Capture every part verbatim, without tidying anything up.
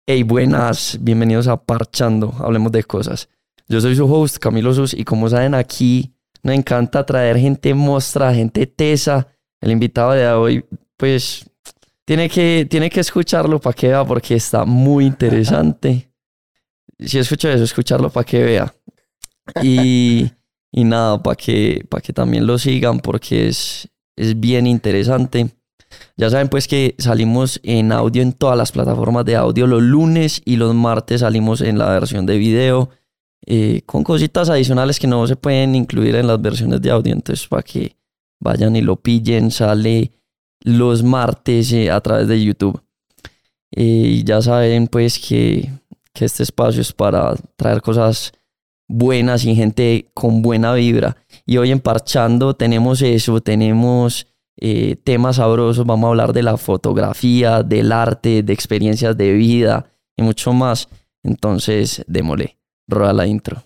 Hey, buenas, bienvenidos a Parchando, hablemos de cosas. Yo soy su host, Camilo Sus, y como saben aquí nos encanta traer gente mostra, gente tesa. El invitado de hoy, pues, tiene que, tiene que escucharlo para que vea porque está muy interesante. Si escucha eso, escucharlo para que vea. Y, y nada, para que, para que también lo sigan porque es, es bien interesante. Ya saben pues que salimos en audio en todas las plataformas de audio los lunes y los martes salimos en la versión de video eh, con cositas adicionales que no se pueden incluir en las versiones de audio. Entonces para que vayan y lo pillen, sale los martes eh, a través de YouTube. Eh, y ya saben pues que, que este espacio es para traer cosas buenas y gente con buena vibra. Y hoy en Parchando tenemos eso, tenemos... Eh, temas sabrosos, vamos a hablar de la fotografía, del arte, de experiencias de vida y mucho más. Entonces, démosle, roda la intro.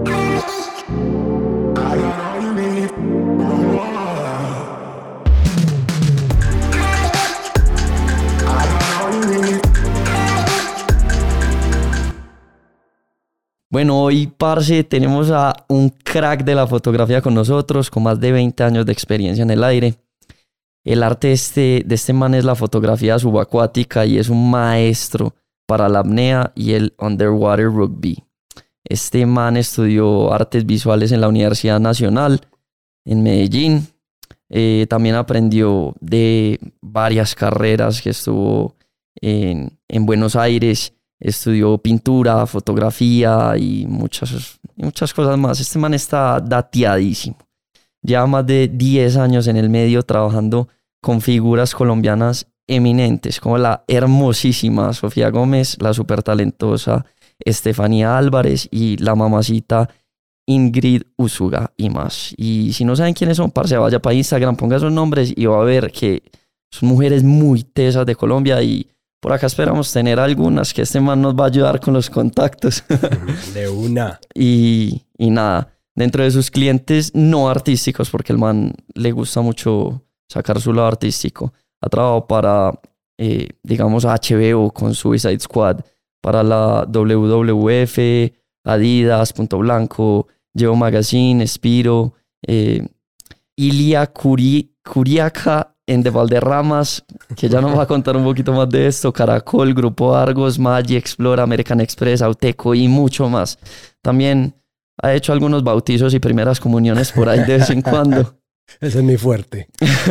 Bueno, hoy, parce, tenemos a un crack de la fotografía con nosotros, con más de veinte años de experiencia en el aire. El arte de este, de este man es la fotografía subacuática y es un maestro para la apnea y el underwater rugby. Este man estudió artes visuales en la Universidad Nacional en Medellín. Eh, también aprendió de varias carreras que estuvo en, en Buenos Aires. Estudió pintura, fotografía y muchas, muchas cosas más. Este man está dateadísimo. Lleva más de diez años en el medio trabajando con figuras colombianas eminentes como la hermosísima Sofía Gómez, la súper talentosa Estefanía Álvarez y la mamacita Ingrid Usuga y más. Y si no saben quiénes son, parce, vaya para Instagram, ponga esos nombres y va a ver que son mujeres muy tesas de Colombia y por acá esperamos tener algunas que este man nos va a ayudar con los contactos. De una. Y, y nada. Dentro de sus clientes no artísticos, porque el man le gusta mucho sacar su lado artístico. Ha trabajado para, eh, digamos, H B O con Suicide Squad, para la W W F, Adidas, Punto Blanco, Geo Magazine, Spiro, eh, Ilia Curi, Curiaca en De Valderramas, que ya nos va a contar un poquito más de esto, Caracol, Grupo Argos, Maggi, Explora, American Express, Auteco y mucho más. También ha hecho algunos bautizos y primeras comuniones por ahí de vez en cuando. Ese es mi fuerte.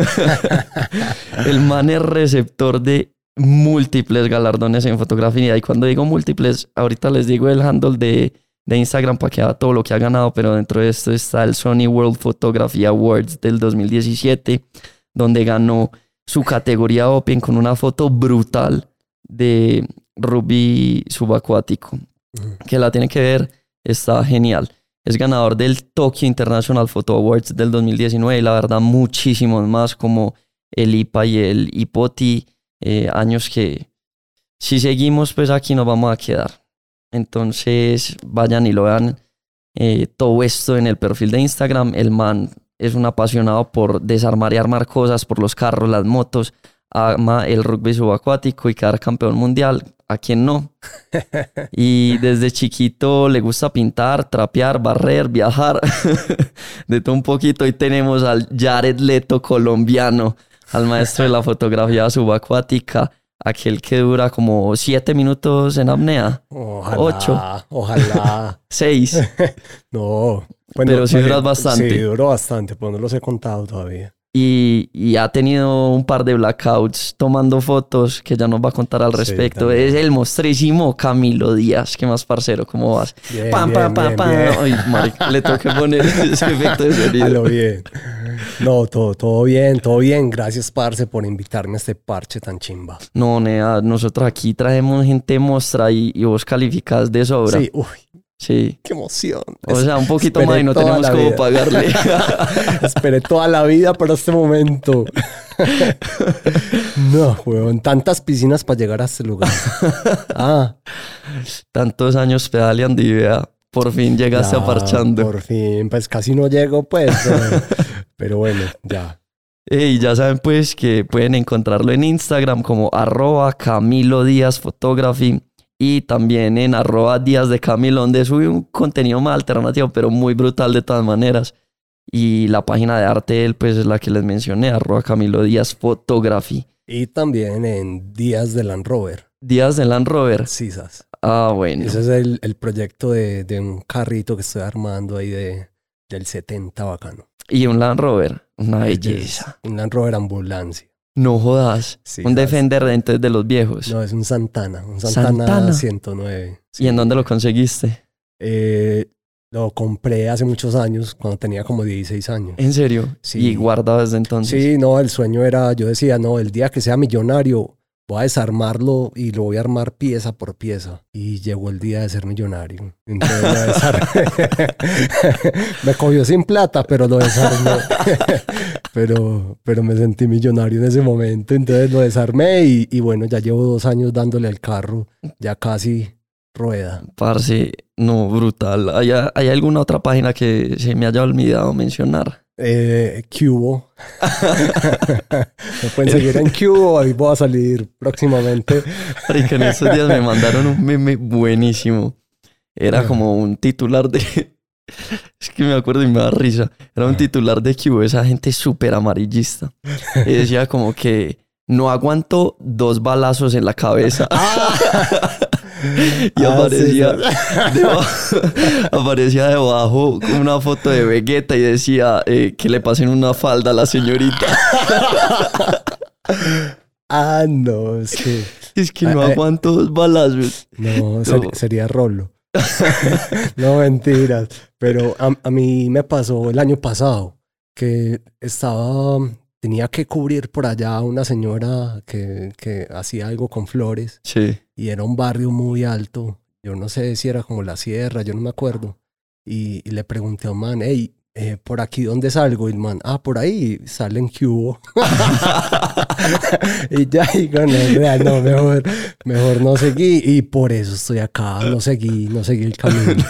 El man es receptor de múltiples galardones en fotografía. Y cuando digo múltiples, ahorita les digo el handle de, de Instagram para que haga todo lo que ha ganado. Pero dentro de esto está el Sony World Photography Awards del dos mil diecisiete, donde ganó su categoría Open con una foto brutal de rugby subacuático. Uh-huh. Que la tienen que ver, está genial. Es ganador del Tokyo International Photo Awards del dos mil diecinueve y la verdad muchísimos más como el I P A y el I P O T I, eh, años que si seguimos pues aquí nos vamos a quedar. Entonces vayan y lo vean eh, todo esto en el perfil de Instagram. El man es un apasionado por desarmar y armar cosas, por los carros, las motos, ama el rugby subacuático y quedar campeón mundial. ¿A quién no? Y desde chiquito le gusta pintar, trapear, barrer, viajar. De todo un poquito. Hoy tenemos al Jared Leto colombiano, al maestro de la fotografía subacuática, aquel que dura como siete minutos en apnea. Ojalá, ocho. Ojalá. Seis. No. Bueno, pero sí duras bastante. Sí, duró bastante, pero no los he contado todavía. Y, y ha tenido un par de blackouts tomando fotos que ya nos va a contar al respecto. Sí, es el mostrísimo Camilo Díaz. ¿Qué más, parcero? ¿Cómo vas? Bien, pam, bien, pam, pam, bien, pam. bien. Ay, marica, le tengo que poner ese efecto de sonido. A lo bien. No, todo, todo bien, todo bien. Gracias, parce, por invitarme a este parche tan chimba. No, nea, nosotros aquí traemos gente mostra y, y vos calificás de sobra. Sí, uy. Sí. ¡Qué emoción! O sea, un poquito Esperé más y no tenemos cómo vida. pagarle. Esperé toda la vida para este momento. No, weón. Tantas piscinas para llegar a este lugar. Ah. Tantos años pedaleando y vea, por fin llegaste Ya, a Parchando. Por fin. Pues casi no llego, pues. Pero, pero bueno, ya. Y ya saben pues que pueden encontrarlo en Instagram como arroba Camilo Díaz Photography Y también en arroba Díaz de Camilo, donde sube un contenido más alternativo, pero muy brutal de todas maneras. Y la página de arte, él, pues es la que les mencioné, arroba Camilo Díaz Photography. Y también en Díaz de Land Rover. Díaz de Land Rover. Sisas. Ah, bueno. Ese es el, el proyecto de, de un carrito que estoy armando ahí de, del setenta bacano. Y un Land Rover, una belleza. Un Land Rover ambulancia. No jodas. Sí, un ¿sabes? Defender de, entonces, de los viejos. No, es un Santana. Un Santana, Santana. ciento nueve. Sí. ¿Y en dónde lo conseguiste? Eh, lo compré hace muchos años, cuando tenía como dieciséis años. ¿En serio? Sí. Y guardado desde entonces. Sí, no, el sueño era, yo decía, no, el día que sea millonario, voy a desarmarlo y lo voy a armar pieza por pieza. Y llegó el día de ser millonario. Entonces lo desarmé. Me cogió sin plata, pero lo desarmé. pero, pero me sentí millonario en ese momento. Entonces lo desarmé y, y bueno, ya llevo dos años dándole al carro. Ya casi rueda. Parce, no, brutal. ¿Hay, ¿Hay alguna otra página que se me haya olvidado mencionar? Eh, Cubo. Me pueden seguir en Cubo, ahí voy a salir próximamente. Porque en estos días me mandaron un meme buenísimo. Era como un titular de... Es que me acuerdo y me da risa. Era un titular de Cubo, esa gente súper amarillista. Y decía como que no aguanto dos balazos en la cabeza. Y Ah, aparecía, sí, debajo, aparecía debajo una foto de Vegeta y decía eh, que le pasen una falda a la señorita. Ah, no, es que... Es que no Ah, eh. aguanto dos balazos. No, ser- No. sería Rolo. No, mentiras. Pero a, a mí me pasó el año pasado que estaba... Tenía que cubrir por allá a una señora que, que hacía algo con flores. Sí. Y era un barrio muy alto. Yo no sé si era como la sierra, yo no me acuerdo. Y, y le pregunté a un man, hey, eh, ¿por aquí dónde salgo? Y el man, ah, por ahí salen Cubo. Y ya, y con el, no, mejor, mejor no seguí. Y por eso estoy acá, no seguí, no seguí el camino.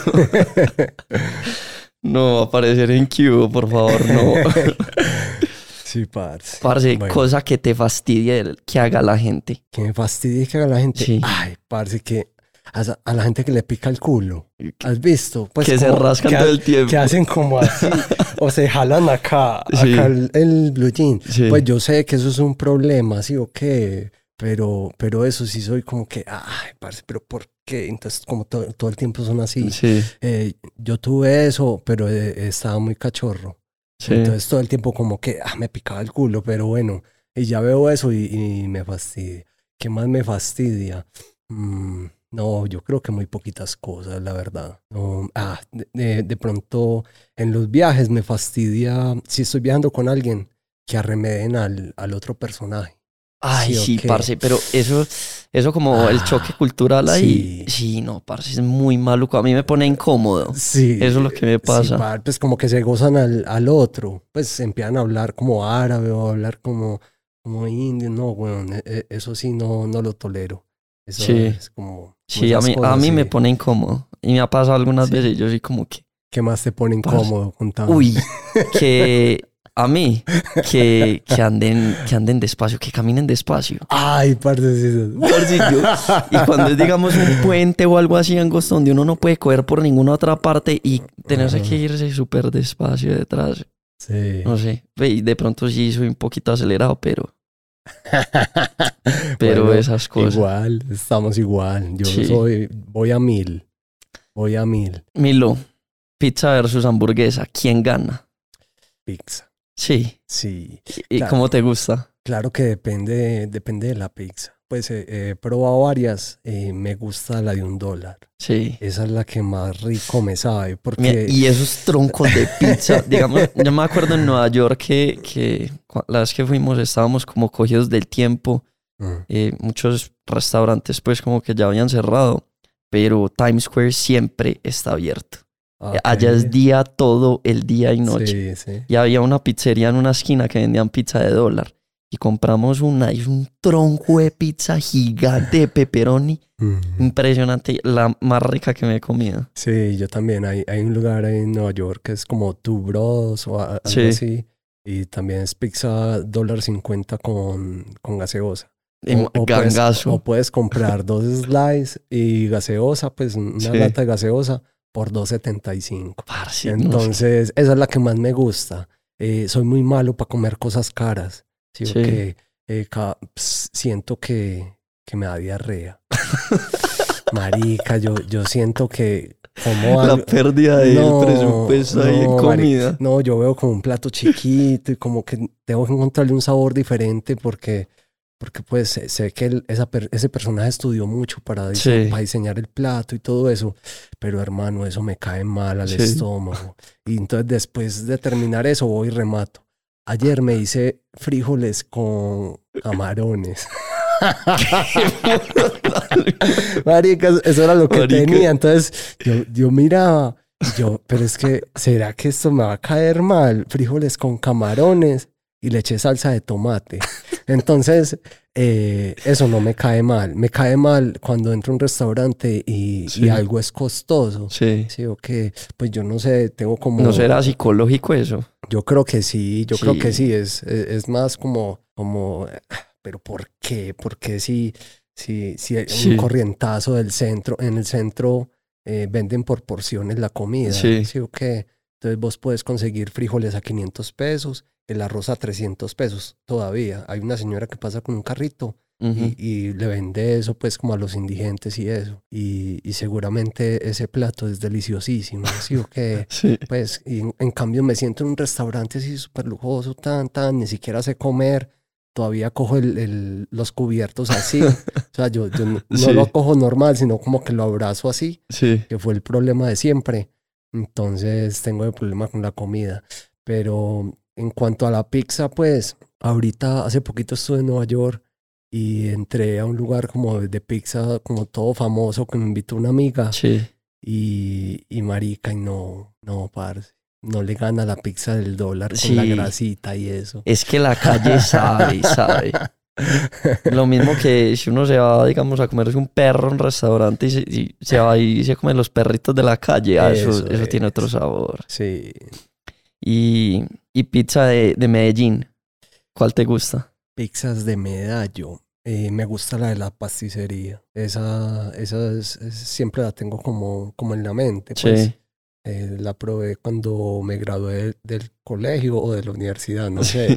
No va a aparecer en Cubo, por favor, no. Sí, parce. Parce, Bueno, cosa que te fastidie que haga la gente. que me fastidie que haga la gente. Sí. Ay, parce, que a, a la gente que le pica el culo. ¿Has visto? Pues que se como rascan que todo ha- el tiempo. Que hacen como así. O se jalan acá, Sí. acá el, el blue jean. Sí. Pues yo sé que eso es un problema, ¿sí o qué? Pero, pero eso sí soy como que, ay, parce, pero ¿por qué? Entonces, como to- todo el tiempo son así. Sí, Eh, yo tuve eso, pero eh, estaba muy cachorro. sí. Entonces todo el tiempo como que ah, me picaba el culo, pero bueno, y ya veo eso y, y me fastidia. ¿Qué más me fastidia? Mm, no, yo creo que muy poquitas cosas, la verdad. No, ah, de, de- de pronto en los viajes me fastidia, si estoy viajando con alguien, que arremeden al, al otro personaje. Ay, Sí, sí, ok. parce, pero eso, eso como el Ah, choque cultural ahí, sí. sí, no, parce, es muy maluco. A mí me pone incómodo. Sí, Eso es lo que me sí, pasa. par, pues como que se gozan al, al otro, pues empiezan a hablar como árabe o a hablar como, como indio, no, bueno, eso sí no, no lo tolero. Eso Sí. es como... Sí, a esas mí, a cosas, mí me sí. pone incómodo. Y me ha pasado algunas Sí. veces, yo soy como que, ¿Qué más te pone Parce. incómodo? Contame. uy, que a mí, que, que anden, que anden despacio, que caminen despacio. Ay, parce, sí, sí. Parce, yo- y cuando es, digamos, un puente o algo así angosto donde uno no puede coger por ninguna otra parte y tenerse Ajá. que irse súper despacio detrás. Sí. No sé, ve, y de pronto sí soy un poquito acelerado, pero, pero Bueno, esas cosas. igual, estamos igual. Yo Sí. soy, voy a mil. Voy a mil. Milo, pizza versus hamburguesa, ¿quién gana? Pizza. Sí, Sí. ¿y Claro. cómo te gusta? Claro que depende, depende de la pizza. Pues eh, he probado varias. Eh, me gusta la de un dólar. Sí. Esa es la que más rico me sabe. Mira, Porque... y esos troncos de pizza, digamos, yo me acuerdo en Nueva York que, que cua- la vez que fuimos estábamos como cogidos del tiempo, Mm, eh, muchos restaurantes pues como que ya habían cerrado, pero Times Square siempre está abierto. ok. Allá es día todo el día y noche. Sí, sí. Y había una pizzería en una esquina que vendían pizza de dólar. Y compramos una, y es un tronco de pizza gigante de pepperoni. Mm. Impresionante, la más rica que me he comido. Sí, yo también. Hay, hay un lugar ahí en Nueva York que es como Two Bros o a- algo Sí. así. Y también es pizza dólar cincuenta con, con gaseosa. Y O, o puedes, gangazo. o puedes comprar dos slices y gaseosa, pues una Sí. lata de gaseosa por dos setenta y cinco. Parce, no sé. Entonces, esa es la que más me gusta. Eh, soy muy malo para comer cosas caras. ¿Sí? Sí. Que, eh, ca- ps, siento que, que me da diarrea. Marica, yo, yo siento que como La algo... pérdida del No, presupuesto ahí en no, marica. comida. No, yo veo como un plato chiquito y como que tengo que encontrarle un sabor diferente porque, porque pues sé, sé que el- esa per- ese personaje estudió mucho para, dise- Sí. para diseñar el plato y todo eso. Pero hermano, eso me cae mal al Sí. estómago. Y entonces después de terminar eso voy y remato. Ayer me hice frijoles con camarones. Marica, eso era lo que Marica. tenía. Entonces yo, yo miraba, y yo, pero es que, ¿será que esto me va a caer mal? Frijoles con camarones y le eché salsa de tomate. Entonces, eh, eso no me cae mal. Me cae mal cuando entro a un restaurante y, Sí. y algo es costoso. Sí. Sí, o que, pues yo no sé, tengo como... ¿No será psicológico eso? Yo creo que sí, yo creo Sí. que sí, es, es, es más como, como, pero ¿por qué? Porque si, si, si hay Sí. un corrientazo del centro, en el centro eh, venden por porciones la comida, Sí. ¿sí o qué? Entonces vos puedes conseguir frijoles a quinientos pesos, el arroz a trescientos pesos todavía. Hay una señora que pasa con un carrito Ujú. y, y le vende eso pues como a los indigentes y eso. Y, y seguramente ese plato es deliciosísimo, ¿sí o qué? Sí. Pues, y en, en cambio me siento en un restaurante así súper lujoso, tan, tan, ni siquiera sé comer, todavía cojo el, el- los cubiertos así. O sea, yo, yo no, no Sí. lo cojo normal, sino como que lo abrazo así, Sí. que fue el problema de siempre. Entonces tengo el problema con la comida. Pero en cuanto a la pizza, pues, ahorita, hace poquito estuve en Nueva York y entré a un lugar como de de pizza, como todo famoso, que me invitó una amiga. Sí. Y, y marica, y no, no, parce. No le gana la pizza del dólar con la Sí. grasita y eso. Es que la calle sabe, sabe. Lo mismo que si uno se va, digamos, a comerse un perro en un restaurante y se, y se va y se come los perritos de la calle. Ah, eso, Eso eso tiene otro es. sabor. Sí. Y, y pizza de, de Medellín. ¿Cuál te gusta? Pizzas de medallo. Eh, me gusta la de la pasticería. Esa, esa es- es- siempre la tengo como, como en la mente. Pues Sí. eh, la probé cuando me gradué del colegio o de la universidad, no Sí. sé.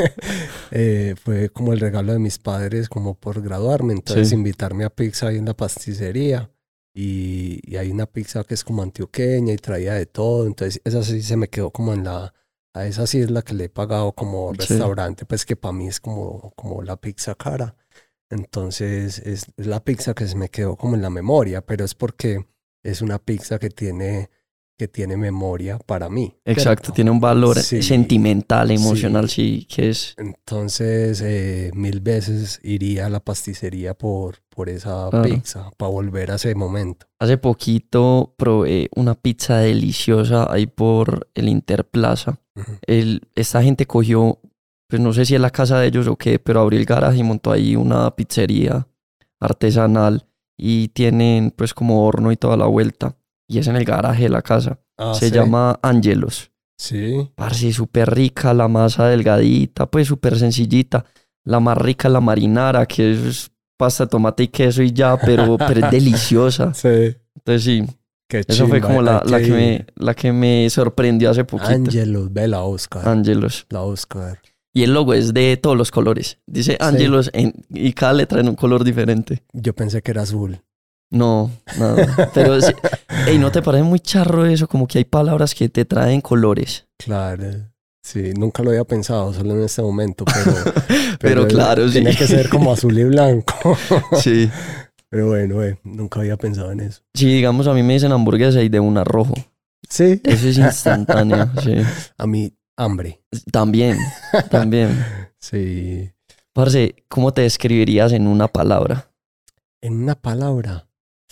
Eh, fue como el regalo de mis padres, como por graduarme. Entonces, Sí. invitarme a pizza ahí en la pasticería. Y, y hay una pizza que es como antioqueña y traía de todo. Entonces, esa sí se me quedó como en la. A esa sí es la que le he pagado como Sí. restaurante, pues que para mí es como, como la pizza cara. Entonces, es, es la pizza que se me quedó como en la memoria, pero es porque es una pizza que tiene, que tiene memoria para mí. Exacto, ¿cierto? tiene un valor Sí. sentimental, emocional, Sí. sí, que es... Entonces, eh, mil veces iría a la pasticería por, por esa Claro. pizza, para volver a ese momento. Hace poquito probé una pizza deliciosa ahí por el Interplaza. Ujú. El, esta gente cogió, pues no sé si es la casa de ellos o qué, pero abrió el garaje y montó ahí una pizzería artesanal y tienen pues como horno y toda la vuelta. Y es en el garaje de la casa. Ah, Se ¿sí? llama Angelos. Sí. Parce, súper rica, la masa delgadita, pues súper sencillita. La más rica es la marinara, que es pasta, tomate y queso y ya, pero, pero es deliciosa. Sí. Entonces sí, Qué esa fue chimba, como la, hay la, que ir. me, la que me sorprendió hace poquito. Angelos, ve la Oscar. Angelos. La Oscar. Y el logo es de todos los colores. Dice Angelos en- y cada letra en un color diferente. Yo pensé que era azul. No, nada. Pero, sí, ey, ¿no te parece muy charro eso? Como que hay palabras que te traen colores. Claro. Sí, nunca lo había pensado, solo en este momento, pero... Pero claro, sí. Tiene que ser como azul y blanco. Sí. Pero bueno, eh, nunca había pensado en eso. Si digamos a mí me dicen hamburguesa y de una rojo. Sí. Eso es instantáneo, sí. A mí, hambre. También, también. Sí. Parce, ¿cómo te describirías en una palabra? En una palabra,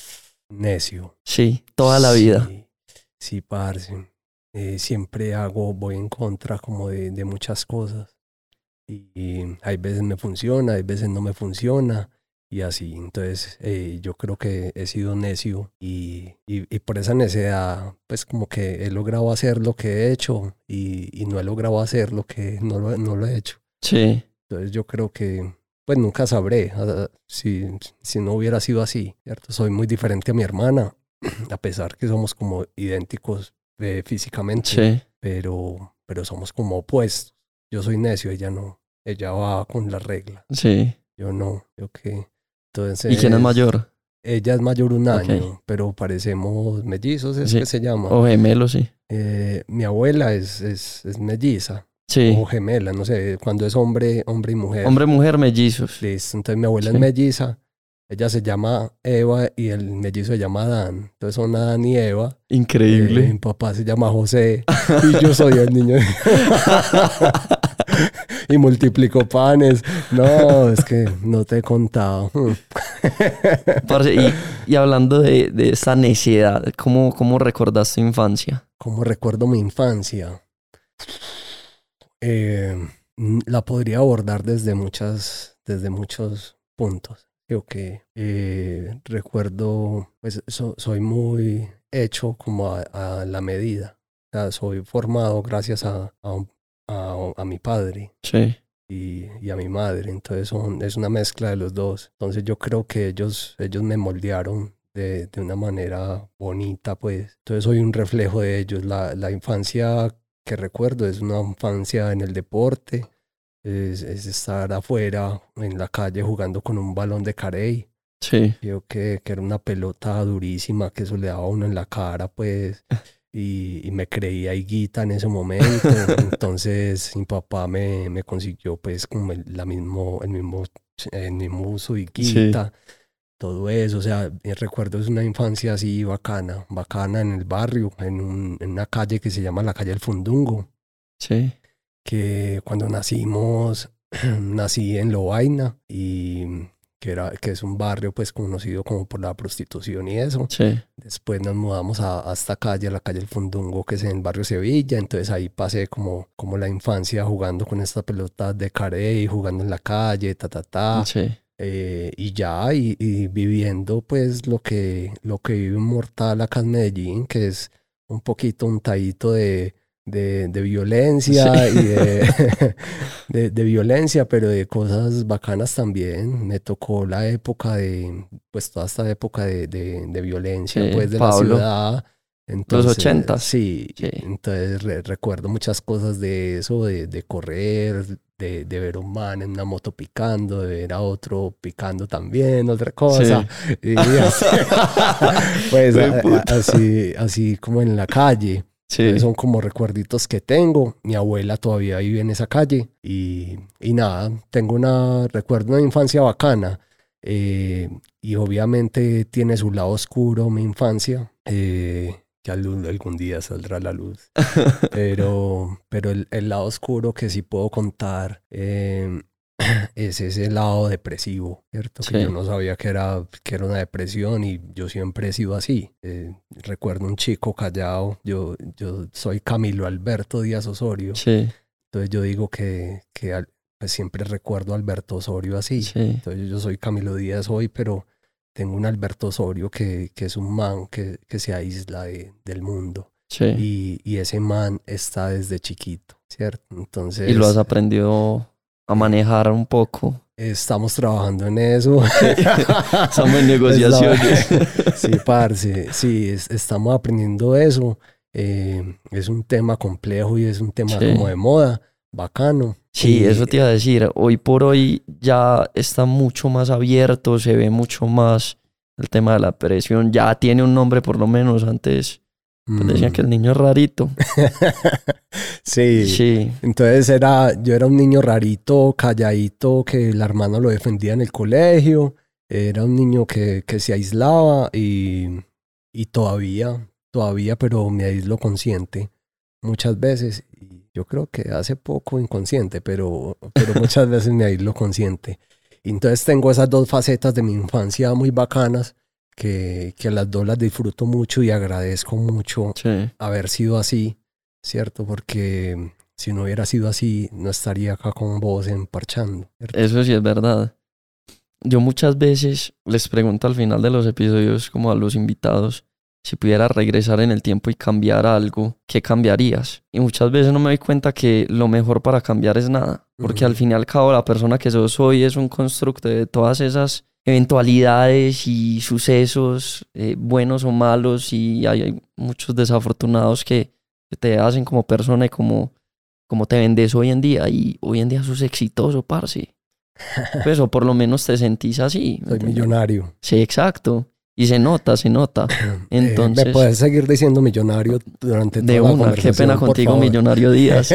necio. Sí, toda la vida. Sí, sí, parce. Eh, siempre hago, voy en contra como de, de muchas cosas. Y, y hay veces me funciona, hay veces no me funciona. Y así, entonces eh, yo creo que he sido necio y, y, y por esa necedad, pues como que he logrado hacer lo que he hecho y, y no he logrado hacer lo que no lo, no lo he hecho. Sí. Entonces yo creo que, pues nunca sabré uh, si, si no hubiera sido así, ¿cierto? Soy muy diferente a mi hermana, a pesar que somos como idénticos eh, físicamente, Sí. pero, pero somos como opuestos. Yo soy necio, ella no. Ella va con la regla. Sí. Yo no. Yo qué. Entonces, ¿Y quién es mayor? Ella es mayor un año, Ok. pero parecemos mellizos, es Sí. que se llama. O gemelo, sí. Eh, mi abuela es, es, es melliza. Sí. O gemela, no sé, cuando es hombre, hombre y mujer. Hombre, mujer, mellizos. Listo. Entonces mi abuela Sí. es melliza. Ella se llama Eva y el mellizo se llama Adán. Entonces son Adán y Eva. Increíble. Eh, mi papá se llama José y yo soy el niño. Y multiplico panes. No, es que no te he contado. Parce, y, y hablando de, de esa necesidad, ¿cómo, ¿cómo recordás tu infancia? ¿Cómo recuerdo mi infancia? Eh, la podría abordar desde muchas, desde muchos puntos. Creo que eh, recuerdo, pues so, soy muy hecho como a, a la medida. O sea, soy formado gracias a, a, a, a mi padre. Sí. Y, y a mi madre, entonces son, es una mezcla de los dos. Entonces yo creo que ellos, ellos me moldearon de, de una manera bonita, pues. Entonces soy un reflejo de ellos. La, la infancia que recuerdo es una infancia en el deporte, es, es estar afuera en la calle jugando con un balón de carey. Sí. Creo que, que era una pelota durísima, que eso le daba a uno en la cara, pues. Y, y me creía higuita en ese momento. Entonces mi papá me, me consiguió pues como el, la mismo, el mismo, el mismo uso de higuita, sí. Todo eso. O sea, recuerdo es una infancia así bacana, bacana en el barrio, en, un, en una calle que se llama la calle del Fundungo. Sí. Que cuando nacimos, nací en Lovaina y... Que, era, que es un barrio pues conocido como por la prostitución y eso. Sí. Después nos mudamos a, a esta calle, a la calle El Fundungo, que es en el barrio Sevilla. Entonces ahí pasé como, como la infancia jugando con esta pelota de carey, jugando en la calle, ta, ta, ta. Sí. Eh, y ya, y, y viviendo pues lo que, lo que vive un mortal acá en Medellín, que es un poquito untadito de... De, de violencia sí. y de, de, de violencia, pero de cosas bacanas también. Me tocó la época de, pues toda esta época de, de, de violencia, sí, pues de Pablo. La ciudad. Entonces, los ochentas. Sí, sí. Entonces re, recuerdo muchas cosas de eso, de, de correr, de, de ver un man en una moto picando, de ver a otro picando también, otra cosa. Sí. Y así, pues a, a, así, así como en la calle. Sí. Son como recuerditos que tengo. Mi abuela todavía vive en esa calle y, y nada, tengo una, recuerdo una infancia bacana eh, y obviamente tiene su lado oscuro mi infancia, eh, que algún día saldrá a la luz, pero, pero el, el lado oscuro que sí puedo contar eh, es ese lado depresivo, ¿cierto? Sí. Que yo no sabía que era, que era una depresión y yo siempre he sido así. Eh, recuerdo un chico callado, yo, yo soy Camilo Alberto Díaz Osorio. Sí. Entonces yo digo que, que al, pues siempre recuerdo a Alberto Osorio así. Sí. Entonces yo soy Camilo Díaz hoy, pero tengo un Alberto Osorio que, que es un man que, que se aísla de, del mundo. Sí. Y, y ese man está desde chiquito, ¿cierto? Entonces... Y lo has aprendido a manejar un poco. Estamos trabajando en eso. Estamos en negociaciones. Sí, parce. Sí, es, estamos aprendiendo eso. Eh, es un tema complejo y es un tema sí. como de moda, bacano. Sí, y, eso te iba a decir. Hoy por hoy ya está mucho más abierto, se ve mucho más el tema de la depresión. Ya tiene un nombre por lo menos. Antes pues decían que el niño es rarito. Sí. Sí. Entonces era, yo era un niño rarito, calladito, que la hermana lo defendía en el colegio. Era un niño que, que se aislaba y, y todavía, todavía, pero me aíslo consciente muchas veces. Yo creo que hace poco inconsciente, pero, pero muchas veces me aíslo consciente. Y entonces tengo esas dos facetas de mi infancia muy bacanas. Que, que las dos las disfruto mucho y agradezco mucho sí. haber sido así, ¿cierto? Porque si no hubiera sido así, no estaría acá con vos emparchando, ¿cierto? Eso sí es verdad. Yo muchas veces les pregunto al final de los episodios, como a los invitados, si pudieras regresar en el tiempo y cambiar algo, ¿qué cambiarías? Y muchas veces no me doy cuenta que lo mejor para cambiar es nada. Porque Ujú. al fin y al cabo la persona que sos hoy es un constructo de todas esas eventualidades y sucesos, eh, buenos o malos, y hay, hay muchos desafortunados que, que te hacen como persona y como, como te vendes hoy en día. Y hoy en día sos exitoso, parce. Pues, o por lo menos te sentís así, ¿me Soy entiendes? millonario. Sí, exacto. Y se nota, se nota. Eh, ¿me Entonces, puedes seguir diciendo millonario durante de toda la una, qué conversación, pena por contigo, favor? Millonario Díaz.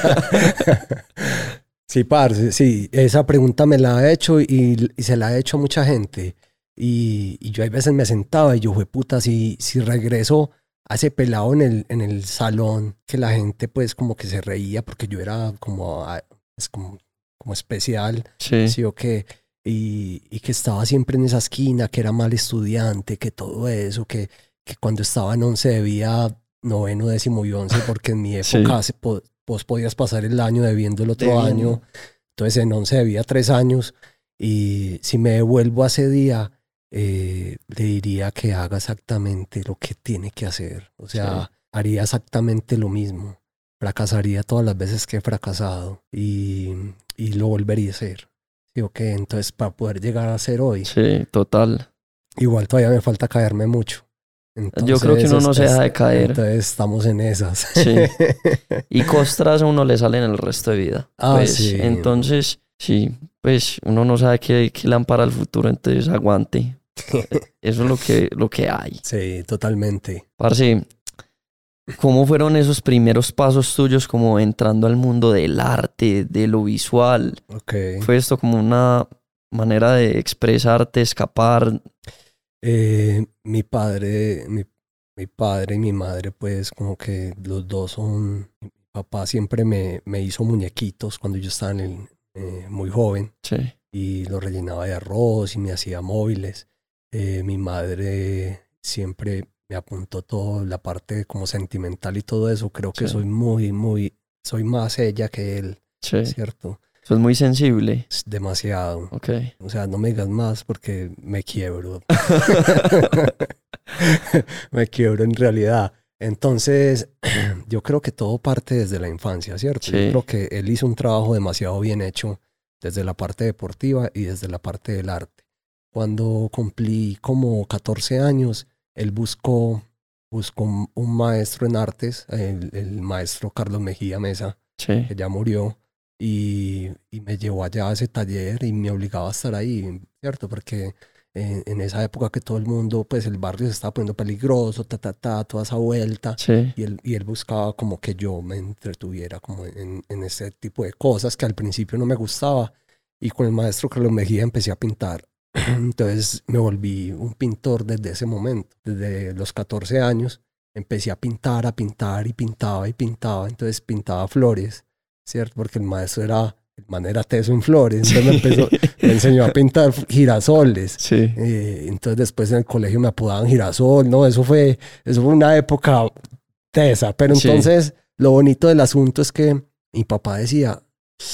Sí, parce, sí, esa pregunta me la ha hecho y, y se la ha hecho a mucha gente. Y, y yo a veces me sentaba y yo, fue puta, si, si regreso a ese pelado en el, en el salón, que la gente pues como que se reía porque yo era como, ah, es como, como especial, Sí, sí o qué, y, y que estaba siempre en esa esquina, que era mal estudiante, que todo eso, que, que cuando estaba en once debía noveno, décimo y once, porque en mi época sí. se po- vos podías pasar el año debiendo el otro Debiendo. año. Entonces en once debía tres años. Y si me devuelvo a ese día, eh, le diría que haga exactamente lo que tiene que hacer. O sea, Sí. haría exactamente lo mismo. Fracasaría todas las veces que he fracasado y, y lo volvería a hacer. ¿Sí o qué? Entonces, para poder llegar a ser hoy, Sí, total. igual todavía me falta caerme mucho. Yo creo que Entonces, uno no es- se es- deja de caer. entonces estamos en esas. Sí. Y costras a uno le salen el resto de vida. Ah, Pues sí. entonces, sí, pues uno no sabe qué, qué le ampara el futuro, entonces aguante. Eso es lo que, lo que hay. Sí, totalmente. Parce, ¿cómo fueron esos primeros pasos tuyos como entrando al mundo del arte, de lo visual? Ok. ¿Fue esto como una manera de expresarte, escapar? Eh, mi padre, mi, mi padre y mi madre, pues como que los dos son... Mi papá siempre me, me hizo muñequitos cuando yo estaba en el, eh, muy joven Sí, y los rellenaba de arroz y me hacía móviles. Eh, mi madre siempre me apuntó todo, la parte como sentimental y todo eso. Creo que sí, soy muy, muy... Soy más ella que él, sí. ¿cierto? Sos muy sensible. Es demasiado. Ok. O sea, no me digas más porque me quiebro. Me quiebro en realidad. Entonces, yo creo que todo parte desde la infancia, ¿cierto? Sí. Yo creo que él hizo un trabajo demasiado bien hecho desde la parte deportiva y desde la parte del arte. Cuando cumplí como catorce años, él buscó, buscó un, un maestro en artes, el, el maestro Carlos Mejía Mesa, Sí, que ya murió, y, y me llevó allá a ese taller y me obligaba a estar ahí, ¿cierto? Porque en, en esa época que todo el mundo, pues el barrio se estaba poniendo peligroso, ta, ta, ta, toda esa vuelta, sí, y él, y él buscaba como que yo me entretuviera como en, en ese tipo de cosas que al principio no me gustaba, y con el maestro Carlos Mejía empecé a pintar. Entonces me volví un pintor desde ese momento, desde los catorce años, empecé a pintar, a pintar y pintaba y pintaba, entonces pintaba flores, ¿cierto? Porque el maestro era, el man era teso en flores, entonces me, empezó, me enseñó a pintar girasoles. sí. Eh, entonces después en el colegio me apodaban girasol, ¿no? Eso fue, eso fue una época tesa, pero Sí. entonces lo bonito del asunto es que mi papá decía,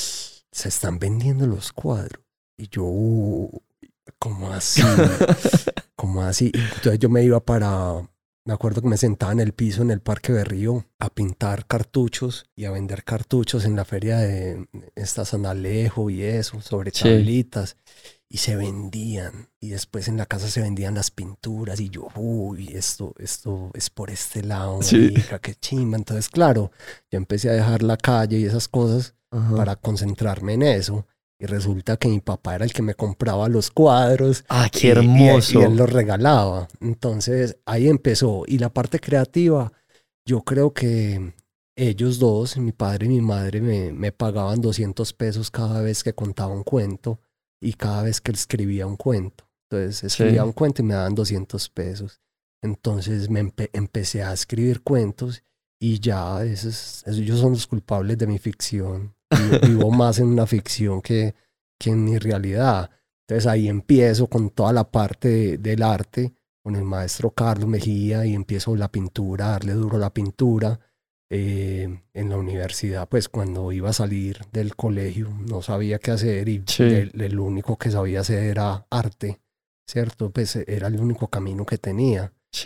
se están vendiendo los cuadros. Y yo, uh, ¿cómo así? ¿Cómo así? Y entonces yo me iba para... Me acuerdo que me sentaba en el piso en el Parque Berrío a pintar cartuchos y a vender cartuchos en la feria de esta San Alejo y eso, sobre Sí. tablitas. Y se vendían. Y después en la casa se vendían las pinturas. Y yo, uy, esto, esto es por este lado, Sí. marica, qué chimba. Entonces, claro, yo empecé a dejar la calle y esas cosas Ajá. para concentrarme en eso. Y resulta que mi papá era el que me compraba los cuadros. Ah, qué y- y- hermoso. Y, él los regalaba. Entonces ahí empezó. Y la parte creativa, yo creo que ellos dos, mi padre y mi madre, me, me pagaban doscientos pesos cada vez que contaba un cuento y cada vez que escribía un cuento. Entonces escribía Sí. un cuento y me daban doscientos pesos. Entonces me empe- empecé a escribir cuentos y ya esos, esos- ellos son los culpables de mi ficción. Vivo, vivo más en una ficción que, que en mi realidad. Entonces ahí empiezo con toda la parte de- del arte, con el maestro Carlos Mejía, y empiezo la pintura, a darle duro a la pintura. Eh, en la universidad, pues cuando iba a salir del colegio, no sabía qué hacer y Sí. el, el único que sabía hacer era arte, ¿cierto? Pues era el único camino que tenía. Sí.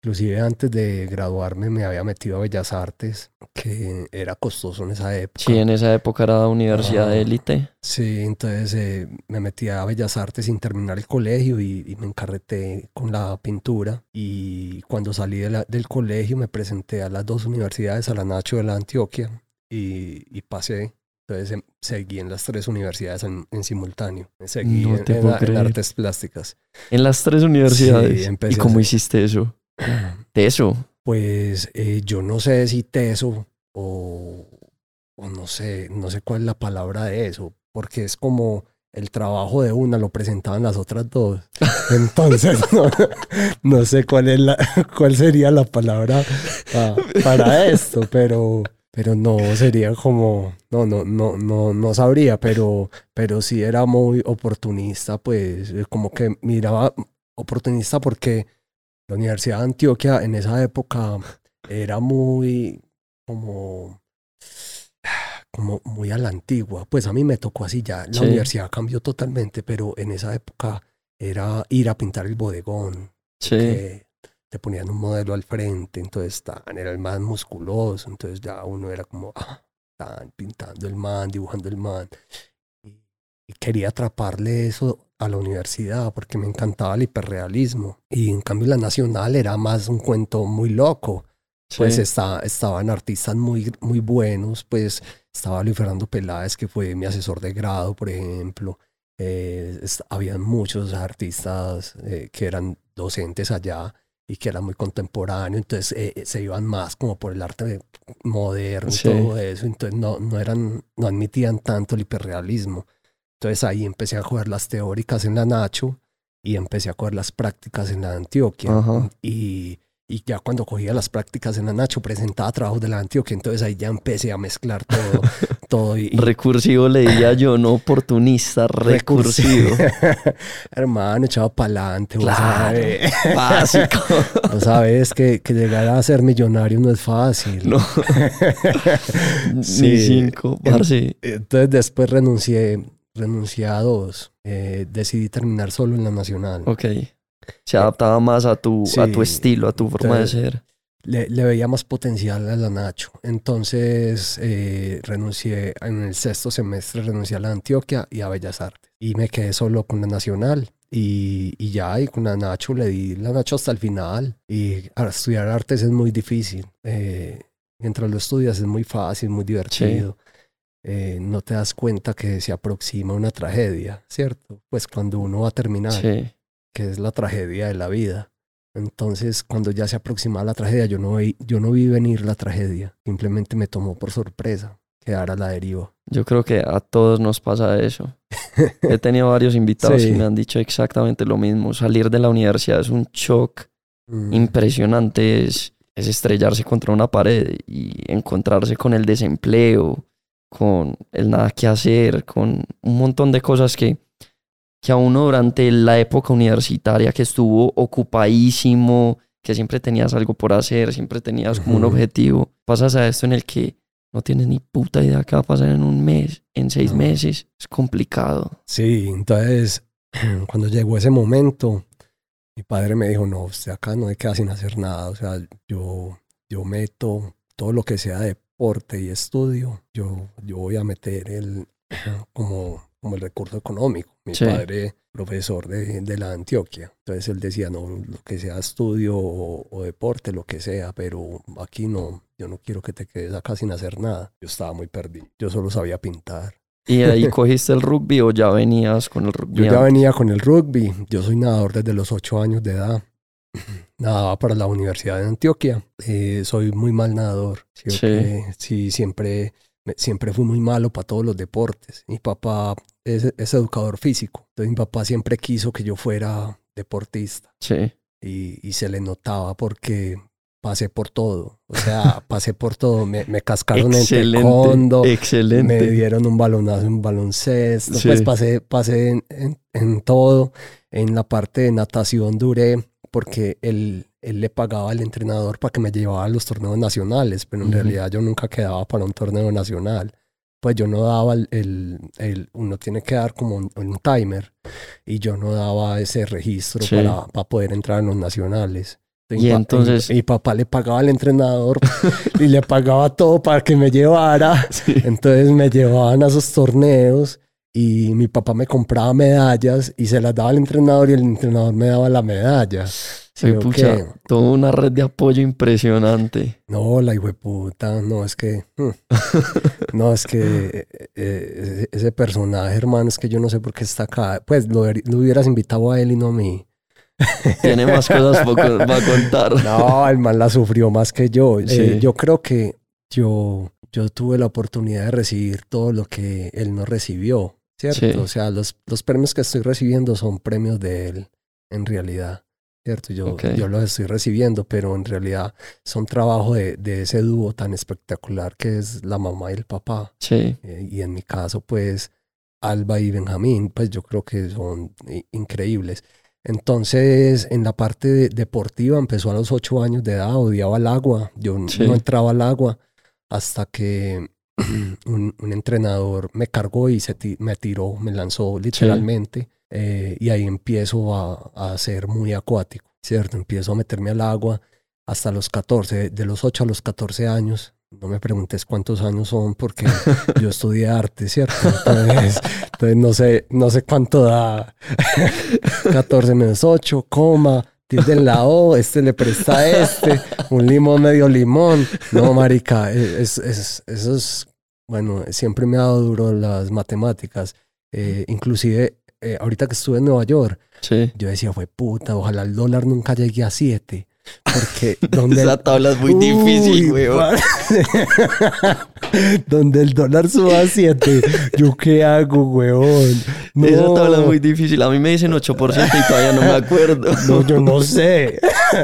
Inclusive antes de graduarme me había metido a Bellas Artes, que era costoso en esa época. Sí, en esa época era universidad de Ah, élite. sí, entonces eh, me metí a Bellas Artes sin terminar el colegio y, y me encarreté con la pintura. Y cuando salí de la- del colegio me presenté a las dos universidades, a la Nacho de la Antioquia, y, y pasé. Entonces em, seguí en las tres universidades en, en simultáneo. Seguí No en, te en puedo a- en creer. artes plásticas. En las tres Sí, universidades. ¿Y empecé a cómo hacer. hiciste eso? Teso. Pues eh, yo no sé si teso o, o no sé, no sé cuál es la palabra de eso, porque es como el trabajo de una lo presentaban las otras dos. Entonces no, no sé cuál es la, cuál sería la palabra pa- para esto, pero, pero no sería como, no, no, no, no, no sabría, pero, pero sí era muy oportunista, pues eh, como que miraba oportunista porque la Universidad de Antioquia en esa época era muy como, como muy a la antigua. Pues a mí me tocó así ya. La Sí, universidad cambió totalmente, pero en esa época era ir a pintar el bodegón, sí. que te ponían un modelo al frente, entonces tan, era el más musculoso, entonces ya uno era como, ah, tan, pintando el man, dibujando el man. Y, y quería atraparle eso a la universidad porque me encantaba el hiperrealismo. Y en cambio la nacional era más un cuento muy loco. Pues Sí, está, estaban artistas muy, muy buenos, pues estaba Luis Fernando Peláez, que fue mi asesor de grado, por ejemplo. Eh, es- habían muchos artistas eh, que eran docentes allá y que eran muy contemporáneos, entonces eh, se iban más como por el arte moderno y sí. todo eso, entonces no, no eran, no admitían tanto el hiperrealismo. Entonces ahí empecé a coger las teóricas en la Nacho y empecé a coger las prácticas en la Antioquia. Ajá. Y, y ya cuando cogía las prácticas en la Nacho presentaba trabajos de la Antioquia, entonces ahí ya empecé a mezclar todo, todo y, y Recursivo le diría yo, no oportunista, recursivo. recursivo. Hermano, echado para adelante, vos Claro, sabes. básico. Vos sabes que, que llegar a ser millonario no es fácil. No, ni Sí, cinco, en- parce. entonces después renuncié, renuncié a dos. Eh, decidí terminar solo en la Nacional. Ok. Se Eh, adaptaba más a tu, a tu sí, estilo, a tu forma de entonces ser. le, le veía más potencial a la Nacho. Entonces eh, renuncié en el sexto semestre, renuncié a la Antioquia y a Bellas Artes. Y me quedé solo con la Nacional. Y, y ya, y con la Nacho le di la Nacho hasta el final. Y ahora, estudiar artes es muy difícil. Eh, mientras lo estudias es muy fácil, muy Sí, divertido. Eh, no te das cuenta que se aproxima una tragedia, ¿cierto? Pues cuando uno va a terminar, sí. que es la tragedia de la vida. Entonces, cuando ya se aproximaba la tragedia, yo no vi, yo no vi venir la tragedia. Simplemente me tomó por sorpresa quedar a la deriva. Yo creo que a todos nos pasa eso. He tenido varios invitados que me Sí. han dicho exactamente lo mismo. Salir de la universidad es un shock Mm, impresionante. Es, es estrellarse contra una pared y encontrarse con el desempleo, con el nada que hacer, con un montón de cosas que, que a uno durante la época universitaria que estuvo ocupadísimo, que siempre tenías algo por hacer, siempre tenías como un ujú. objetivo, pasas a esto en el que no tienes ni puta idea qué va a pasar en un mes, en seis No. meses. Es complicado. Sí, entonces, cuando llegó ese momento, mi padre me dijo, no, usted acá no se queda sin hacer nada. O sea, yo, yo meto todo lo que sea deporte y estudio, yo, yo voy a meter el, como, como el recurso económico. Mi Sí. padre, profesor de, de la Antioquia. Entonces él decía, no, lo que sea estudio o, o deporte, lo que sea, pero aquí no, yo no quiero que te quedes acá sin hacer nada. Yo estaba muy perdido. Yo solo sabía pintar. ¿Y ahí cogiste el rugby o ya venías con el rugby Yo ya antes? venía con el rugby. Yo soy nadador desde los ocho años de edad. Nadaba para la Universidad de Antioquia. Eh, soy muy mal nadador. Sí, Sí. que, sí, siempre, me- siempre fui muy malo para todos los deportes. Mi papá es, es educador físico. Entonces mi papá siempre quiso que yo fuera deportista. Sí. Y, y se le notaba porque pasé por todo. O sea, pasé por todo. Me, me cascaron en Excelente, taekwondo. Me excelente. dieron un balonazo en baloncesto. Sí. Pues pasé, pasé en, en, en todo. En la parte de natación duré porque él, él le pagaba al entrenador para que me llevaba a los torneos nacionales, pero en Ujú. realidad yo nunca quedaba para un torneo nacional. Pues yo no daba el, el, el- uno tiene que dar como un, un timer y yo no daba ese registro Sí. para, para poder entrar en los nacionales. Y entonces... Mi, mi papá le pagaba al entrenador y le pagaba todo para que me llevara. Sí. Entonces me llevaban a esos torneos y mi papá me compraba medallas y se las daba al entrenador y el entrenador me daba la medalla. Sí, pucha, toda una red de apoyo impresionante. No, la hijueputa, no, es que... no, es que eh, ese personaje, hermano, es que yo no sé por qué está acá. Pues lo, lo hubieras invitado a él y no a mí. Tiene más cosas para contar. No, el man la sufrió más que yo. Sí. Eh, yo creo que yo, yo tuve la oportunidad de recibir todo lo que él no recibió, ¿cierto? Sí. O sea, los, los premios que estoy recibiendo son premios de él, en realidad, ¿cierto? Yo, okay. yo los estoy recibiendo, pero en realidad son trabajo de, de ese dúo tan espectacular que es la mamá y el papá. Sí. Eh, y en mi caso, pues, Alba y Benjamín, pues yo creo que son increíbles. Entonces, en la parte de, deportiva, empezó a los ocho años de edad, odiaba el agua. Yo sí. no entraba al agua hasta que un, un entrenador me cargó y se me tiró, me lanzó literalmente. Sí. Eh, y ahí empiezo a, a ser muy acuático, ¿cierto? Empiezo a meterme al agua hasta los catorce, de los ocho a los catorce años. No me preguntes cuántos años son porque yo estudié arte, ¿cierto? Entonces, entonces no sé, no sé cuánto da. catorce menos ocho, coma, tilde en la O, este le presta a este, un limón, medio limón. No, marica, es, es, eso es, bueno, siempre me ha dado duro las matemáticas. Eh, inclusive, eh, ahorita que estuve en Nueva York, sí. yo decía, fue puta, ojalá el dólar nunca llegue a siete. Porque donde esa el... tabla es muy Uy, difícil, weón. Donde el dólar suba a siete, ¿yo qué hago, weón? No. Esa tabla es muy difícil. A mí me dicen ocho por ciento y todavía no me acuerdo. No, yo no sé.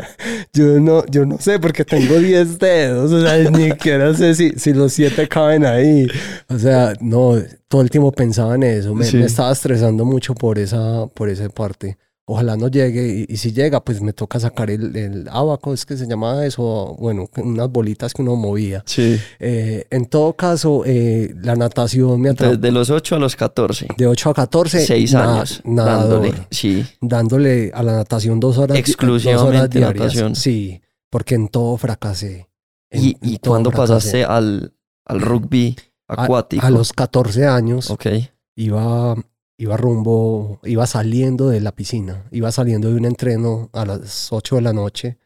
Yo no, yo no sé porque tengo diez dedos. O sea, ni siquiera sé si, si los siete caben ahí. O sea, no, todo el tiempo pensaba en eso. Me, sí. me estaba estresando mucho por esa, por esa parte. Ojalá no llegue, y, y si llega, pues me toca sacar el, el abaco, es que se llama eso, bueno, unas bolitas que uno movía. Sí. Eh, en todo caso, eh, la natación me atrapó. Desde los ocho a los catorce. De ocho a catorce. Seis na, años. Nadador, dándole, sí. Dándole a la natación dos horas. Exclusivamente dos horas diarias. Natación. Sí, porque en todo fracasé. En, ¿Y, y cuándo pasaste al, al rugby acuático? A, a los catorce años. Ok. Iba... Iba rumbo, iba saliendo de la piscina, iba saliendo de un entreno a las ocho de la noche.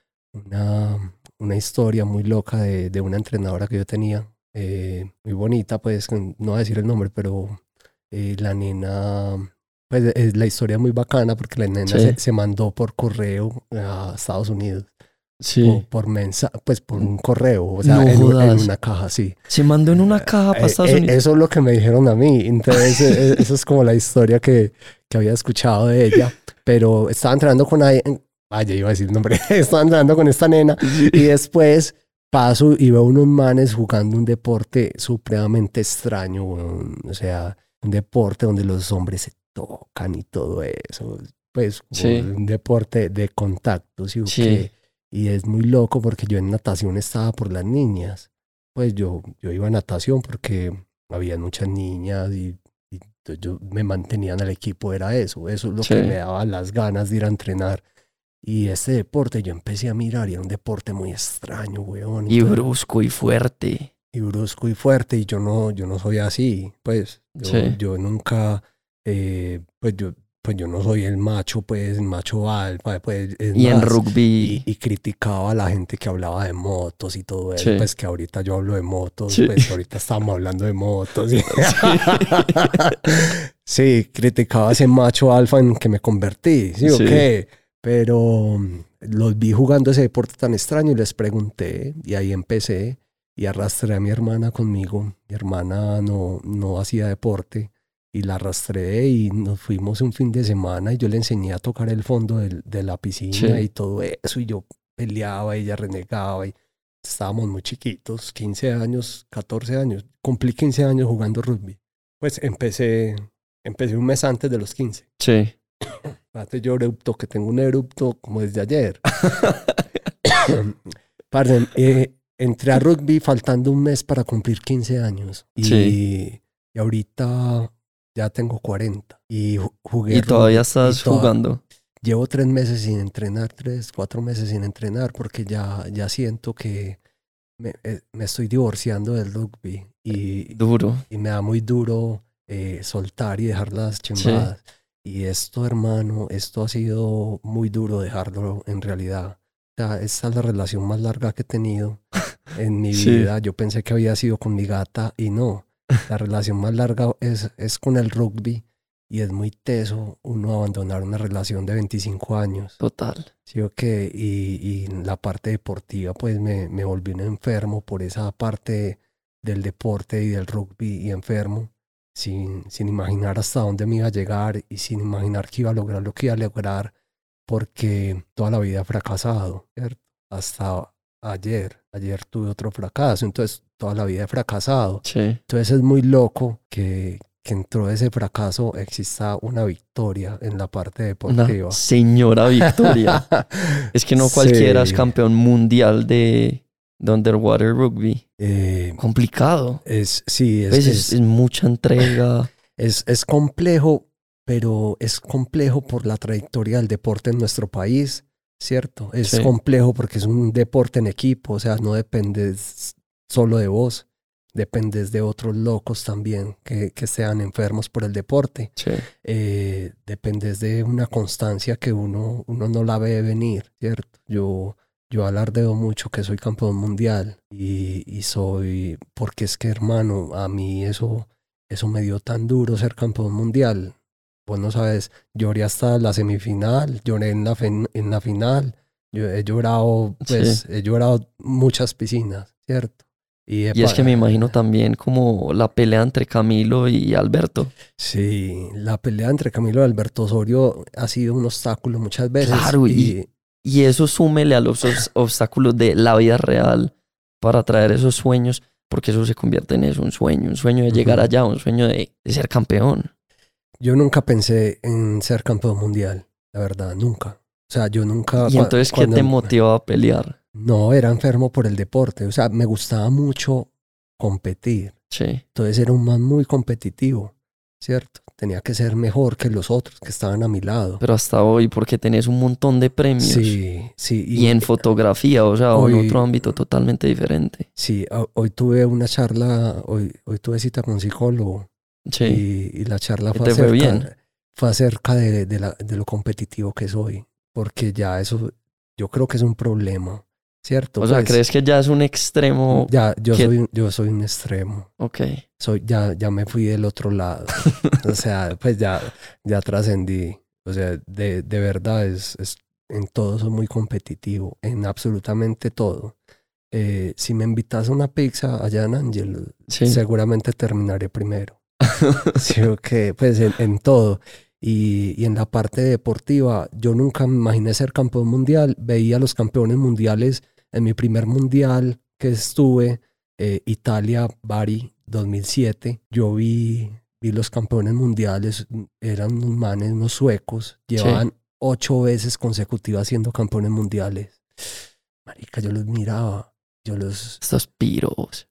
Una, una historia muy loca de, de una entrenadora que yo tenía, eh, muy bonita, pues no voy a decir el nombre, pero eh, la nena, pues eh, la historia es muy bacana porque la nena sí. se, se mandó por correo a Estados Unidos. Sí. O por mensaje, pues por un correo, o sea, no en, en una caja, sí. Se mandó en una caja para eh, Estados eh, Unidos. Eso es lo que me dijeron a mí. Entonces, eh, eso es como la historia que, que había escuchado de ella. Pero estaba entrenando con alguien, vaya, iba a decir el nombre, estaba entrenando con esta nena Sí. y después paso y veo unos manes jugando un deporte supremamente extraño, bueno, o sea, un deporte donde los hombres se tocan y todo eso. Pues Sí. un deporte de contacto, ¿sí? Sí. Que, y es muy loco porque yo en natación estaba por las niñas. Pues yo, yo iba a natación porque había muchas niñas y, y yo me mantenía en el equipo, era eso. Eso es lo Sí. que me daba las ganas de ir a entrenar. Y este deporte yo empecé a mirar y era un deporte muy extraño, weón. Y Entonces, brusco y fuerte. y brusco y fuerte. Y yo no, yo no soy así. Pues yo, Sí. yo nunca, eh, pues yo... pues yo no soy el macho, pues, el macho alfa, pues, es Y en más, rugby. y, y criticaba a la gente que hablaba de motos y todo eso, Sí. pues que ahorita yo hablo de motos, Sí. pues ahorita estamos hablando de motos. ¿Sí? Sí, criticaba a ese macho alfa en que me convertí, ¿sí o Sí. qué? Pero los vi jugando ese deporte tan extraño y les pregunté, y ahí empecé, y arrastré a mi hermana conmigo. Mi hermana no, no hacía deporte. Y la arrastré y nos fuimos un fin de semana y yo le enseñé a tocar el fondo de, de la piscina Sí. y todo eso. Y yo peleaba y ella renegaba. Y estábamos muy chiquitos, quince años, catorce años. Cumplí quince años jugando rugby. Pues empecé, empecé un mes antes de los quince. Sí. Fíjate, yo erupto, que tengo un erupto como desde ayer. Parce, eh, entré a rugby faltando un mes para cumplir quince años. Y, Sí. y ahorita... ya tengo cuarenta y jugué. Y todavía rugby, estás y toda, jugando. llevo tres meses sin entrenar, tres, cuatro meses sin entrenar, porque ya, ya siento que me, eh, me estoy divorciando del rugby y, Duro. y me da muy duro eh, soltar y dejar las chimbadas. Sí. Y esto, hermano, esto ha sido muy duro dejarlo en realidad. O sea, esta es la relación más larga que he tenido en mi sí. vida. Yo pensé que había sido con mi gata y no. La relación más larga es, es con el rugby y es muy teso uno abandonar una relación de veinticinco años. Total. Sí, okay. y, y en la parte deportiva pues me, me volví un enfermo por esa parte del deporte y del rugby y enfermo. Sin, sin imaginar hasta dónde me iba a llegar y sin imaginar que iba a lograr lo que iba a lograr, porque toda la vida he fracasado, ¿cierto? Hasta ayer, ayer tuve otro fracaso, entonces toda la vida he fracasado. Sí. Entonces es muy loco que, que dentro de ese fracaso exista una victoria en la parte deportiva. Una señora victoria. Es que no cualquiera sí. es campeón mundial de... de underwater rugby. Eh, complicado. Es, sí, es, pues es, es, es mucha entrega. Es, es complejo, pero es complejo por la trayectoria del deporte en nuestro país, ¿cierto? Es sí. complejo porque es un deporte en equipo, o sea, no dependes solo de vos, dependes de otros locos también que, que sean enfermos por el deporte. Sí. Eh, dependes de una constancia que uno, uno no la ve venir, ¿cierto? Yo... Yo alardeo mucho que soy campeón mundial y, y soy, porque es que hermano, a mí eso, eso me dio tan duro ser campeón mundial. Vos no sabes, lloré hasta la semifinal, lloré en la, fe, en la final, yo he llorado, pues, sí. he llorado muchas piscinas, ¿cierto? Y, y es que me imagino también como la pelea entre Camilo y Alberto. Sí, la pelea entre Camilo y Alberto Osorio ha sido un obstáculo muchas veces. Claro, y... y... Y eso súmele a los obstáculos de la vida real para traer esos sueños, porque eso se convierte en eso, un sueño, un sueño de llegar uh-huh. allá, un sueño de, de ser campeón. Yo nunca pensé en ser campeón mundial, la verdad, nunca. O sea, yo nunca... ¿Y entonces qué te motivaba a pelear? No, era enfermo por el deporte, o sea, me gustaba mucho competir. Sí. Entonces era un man muy competitivo, ¿cierto? Tenía que ser mejor que los otros que estaban a mi lado. Pero hasta hoy, porque tenés un montón de premios. Sí, sí. Y, y en fotografía, o sea, hoy, en otro ámbito totalmente diferente. Sí, hoy tuve una charla, hoy, hoy tuve cita con un psicólogo. Sí. Y, y la charla fue ¿Te acerca, fue bien? Fue acerca de, de, la, de lo competitivo que soy. Porque ya eso, yo creo que es un problema, ¿cierto? O sea, pues, ¿crees que ya es un extremo? Ya, yo, que... soy, yo soy un extremo. Ok. Soy, ya, ya me fui del otro lado. O sea, pues ya, ya trascendí. O sea, de, de verdad, es, es, en todo soy muy competitivo, en absolutamente todo. Eh, si me invitas a una pizza allá en Ángel, sí. seguramente terminaré primero. Sí, okay, pues en, en todo. Y, y en la parte deportiva, yo nunca me imaginé ser campeón mundial. Veía a los campeones mundiales en mi primer mundial que estuve, eh, Italia, Bari, dos mil siete. Yo vi, vi los campeones mundiales, eran unos manes, unos suecos, llevaban sí. ocho veces consecutivas siendo campeones mundiales. Marica, yo los miraba, yo los... Estos piros.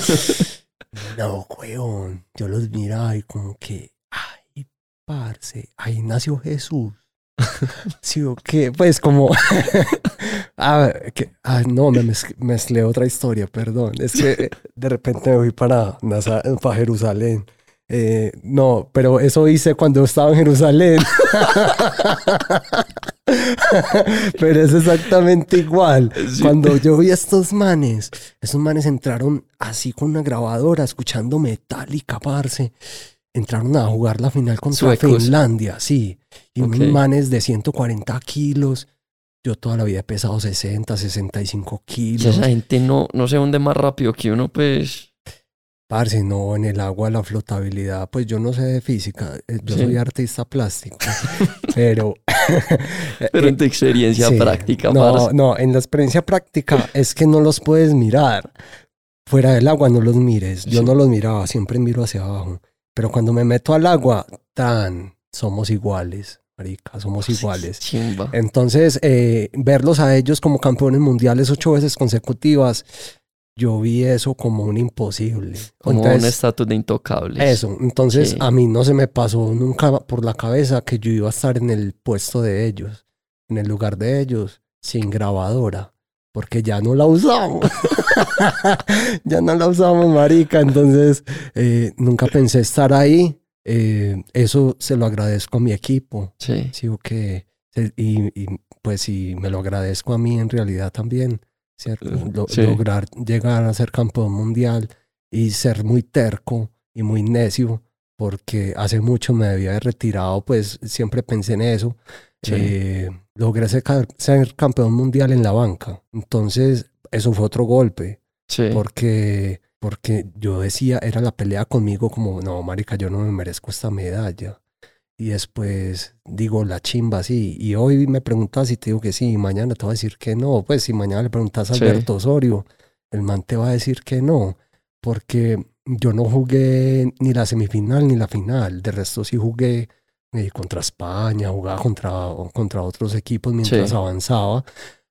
No, weón, yo los miraba y como que, ay, parce, ahí nació Jesús. Sí, o qué, pues como, ah, que, ah, no, me mezclé otra historia, perdón, es que de repente me fui para, para Jerusalén. Eh, no, pero eso hice cuando estaba en Jerusalén. Pero es exactamente igual. Sí. Cuando yo vi a estos manes, estos manes entraron así con una grabadora, escuchando Metallica, parce. Entraron a jugar la final contra Suecos. Finlandia, sí. Y okay. unos manes de ciento cuarenta kilos. Yo toda la vida he pesado sesenta, sesenta y cinco kilos. Y esa gente no, no se hunde más rápido que uno, pues... Parce, no, en el agua la flotabilidad, pues yo no sé de física, yo sí. soy artista plástico, pero... pero en tu experiencia sí. práctica, No, parce. no, en la experiencia práctica es que no los puedes mirar. Fuera del agua no los mires, yo sí. no los miraba, siempre miro hacia abajo. Pero cuando me meto al agua, tan, somos iguales, marica, somos iguales. Chimba. Entonces, eh, verlos a ellos como campeones mundiales ocho veces consecutivas... yo vi eso como un imposible. Como Entonces, un estatus de intocables. eso, entonces Sí. a mí no se me pasó nunca por la cabeza que yo iba a estar en el puesto de ellos, en el lugar de ellos, sin grabadora, porque ya no la usamos. Ya no la usamos, marica. Entonces, eh, nunca pensé estar ahí. Eh, eso se lo agradezco a mi equipo. Sí. Sí, o que, y, y pues sí, me lo agradezco a mí en realidad también, ¿cierto? Lo- Sí. Lograr llegar a ser campeón mundial y ser muy terco y muy necio, porque hace mucho me había retirado, pues siempre pensé en eso. Sí. Eh, logré ser, ca- ser campeón mundial en la banca. Entonces, eso fue otro golpe, Sí. porque, porque yo decía, era la pelea conmigo como, no, marica, yo no me merezco esta medalla. Y después digo, la chimba, sí. Y hoy me preguntas y te digo que sí, y mañana te voy a decir que no. Pues si mañana le preguntas a Sí. Alberto Osorio, el man te va a decir que no, porque yo no jugué ni la semifinal ni la final. De resto sí jugué eh, contra España, jugaba contra, contra otros equipos mientras Sí. avanzaba,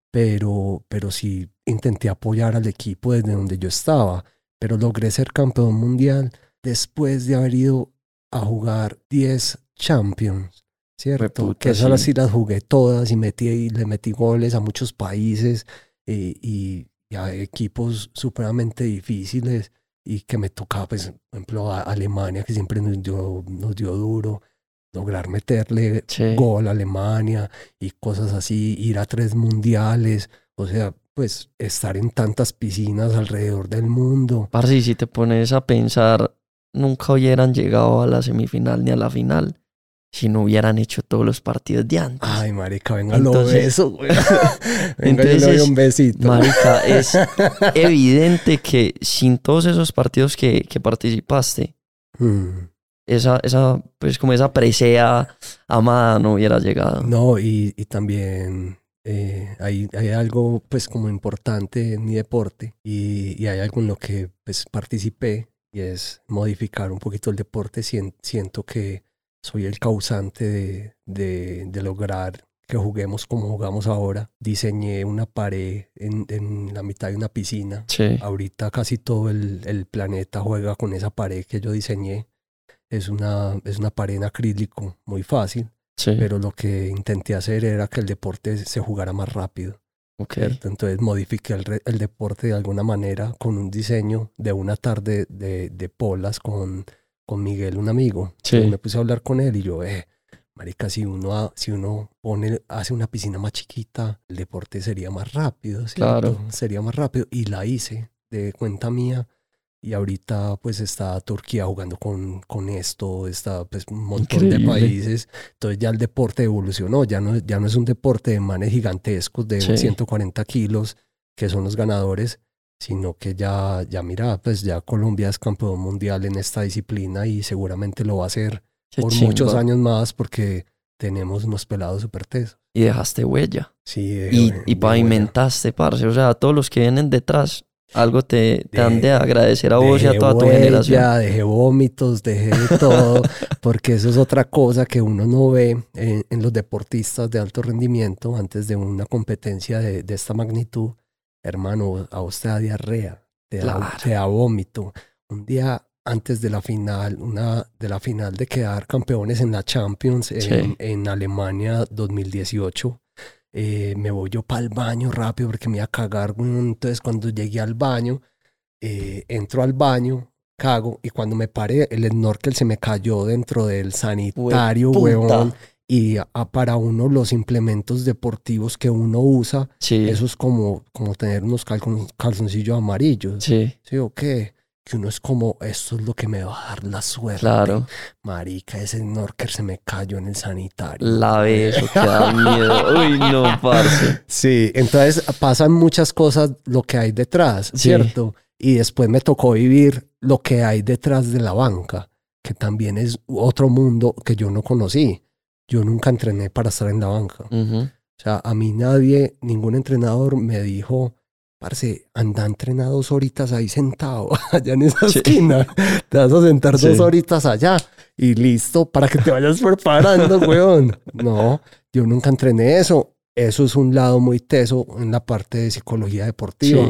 pero, pero sí intenté apoyar al equipo desde donde yo estaba. Pero logré ser campeón mundial después de haber ido a jugar diez Champions, ¿cierto? Reputa, Que esas sí. sí las jugué todas y, metí, y le metí goles a muchos países eh, y, y a equipos supremamente difíciles y que me tocaba, pues, por ejemplo, a Alemania, que siempre nos dio, nos dio duro, lograr meterle Sí. gol a Alemania y cosas así, ir a tres mundiales, o sea, pues estar en tantas piscinas alrededor del mundo. Parce, y si te pones a pensar, nunca hubieran llegado a la semifinal ni a la final si no hubieran hecho todos los partidos de antes. Ay, marica, venga, Entonces- lo beso, güey. Venga, yo le doy Entonces, un besito. Marica, es evidente que sin todos esos partidos que, que participaste, Mm, esa, esa, pues como esa presea amada no hubiera llegado. No, y, y también eh, hay, hay algo pues como importante en mi deporte y, y hay algo en lo que pues participé y es modificar un poquito el deporte. Sien- siento que soy el causante de, de, de lograr que juguemos como jugamos ahora. Diseñé una pared en, en la mitad de una piscina. Sí, Ahorita casi todo el, el planeta juega con esa pared que yo diseñé. Es una, es una pared en acrílico muy fácil, sí, pero lo que intenté hacer era que el deporte se jugara más rápido, ok. ¿cierto? Entonces modifiqué el, re- el deporte de alguna manera con un diseño de una tarde de, de polas con, con Miguel, un amigo. Sí. Entonces me puse a hablar con él y yo, eh, marica, si uno, ha- si uno pone, hace una piscina más chiquita, el deporte sería más rápido, ¿cierto? Claro. Sería más rápido. Y la hice de cuenta mía. Y ahorita pues está Turquía jugando con, con esto, está pues un montón Increíble. de países. Entonces ya el deporte evolucionó, ya no, ya no es un deporte de manes gigantescos de Sí. ciento cuarenta kilos que son los ganadores, sino que ya, ya mira, pues ya Colombia es campeón mundial en esta disciplina y seguramente lo va a hacer Qué por chimba. muchos años más porque tenemos unos pelados súper tesos. Y dejaste huella. Sí, de- Y, de y pavimentaste, parce. O sea, todos los que vienen detrás, algo te, te han de De- agradecer a vos y a Dejé toda tu huella, generación. dejé vómitos, dejé de todo, porque eso es otra cosa que uno no ve en, en los deportistas de alto rendimiento antes de una competencia de, de esta magnitud. Hermano, a vos te da diarrea, te da, Claro. te da vómito. Un día antes de la final, una de la final de quedar campeones en la Champions en, Sí. en Alemania dos mil dieciocho, eh, me voy yo para el baño rápido porque me iba a cagar, weón. Entonces cuando llegué al baño, eh, entro al baño, cago, y cuando me paré, el snorkel se me cayó dentro del sanitario, Hueputa. huevón. Y a- a- para uno los implementos deportivos que uno usa, Sí, eso es como, como tener unos calcon- calzoncillos amarillos. sí, ¿Sí o qué? Que uno es como, esto es lo que me va a dar la suerte. claro. Marica, ese snorkel se me cayó en el sanitario. La beso, que da miedo. Uy, no, parce. Sí, entonces pasan muchas cosas lo que hay detrás, Sí. ¿cierto? Y después me tocó vivir lo que hay detrás de la banca, que también es otro mundo que yo no conocí. Yo nunca entrené para estar en la banca. Ujú. O sea, a mí nadie, ningún entrenador me dijo, parce, anda a entrenar dos horitas ahí sentado, allá en esa Sí. esquina. Te vas a sentar dos Sí. horitas allá y listo para que te vayas preparando, weón. No, yo nunca entrené eso. Eso es un lado muy teso en la parte de psicología deportiva. Sí,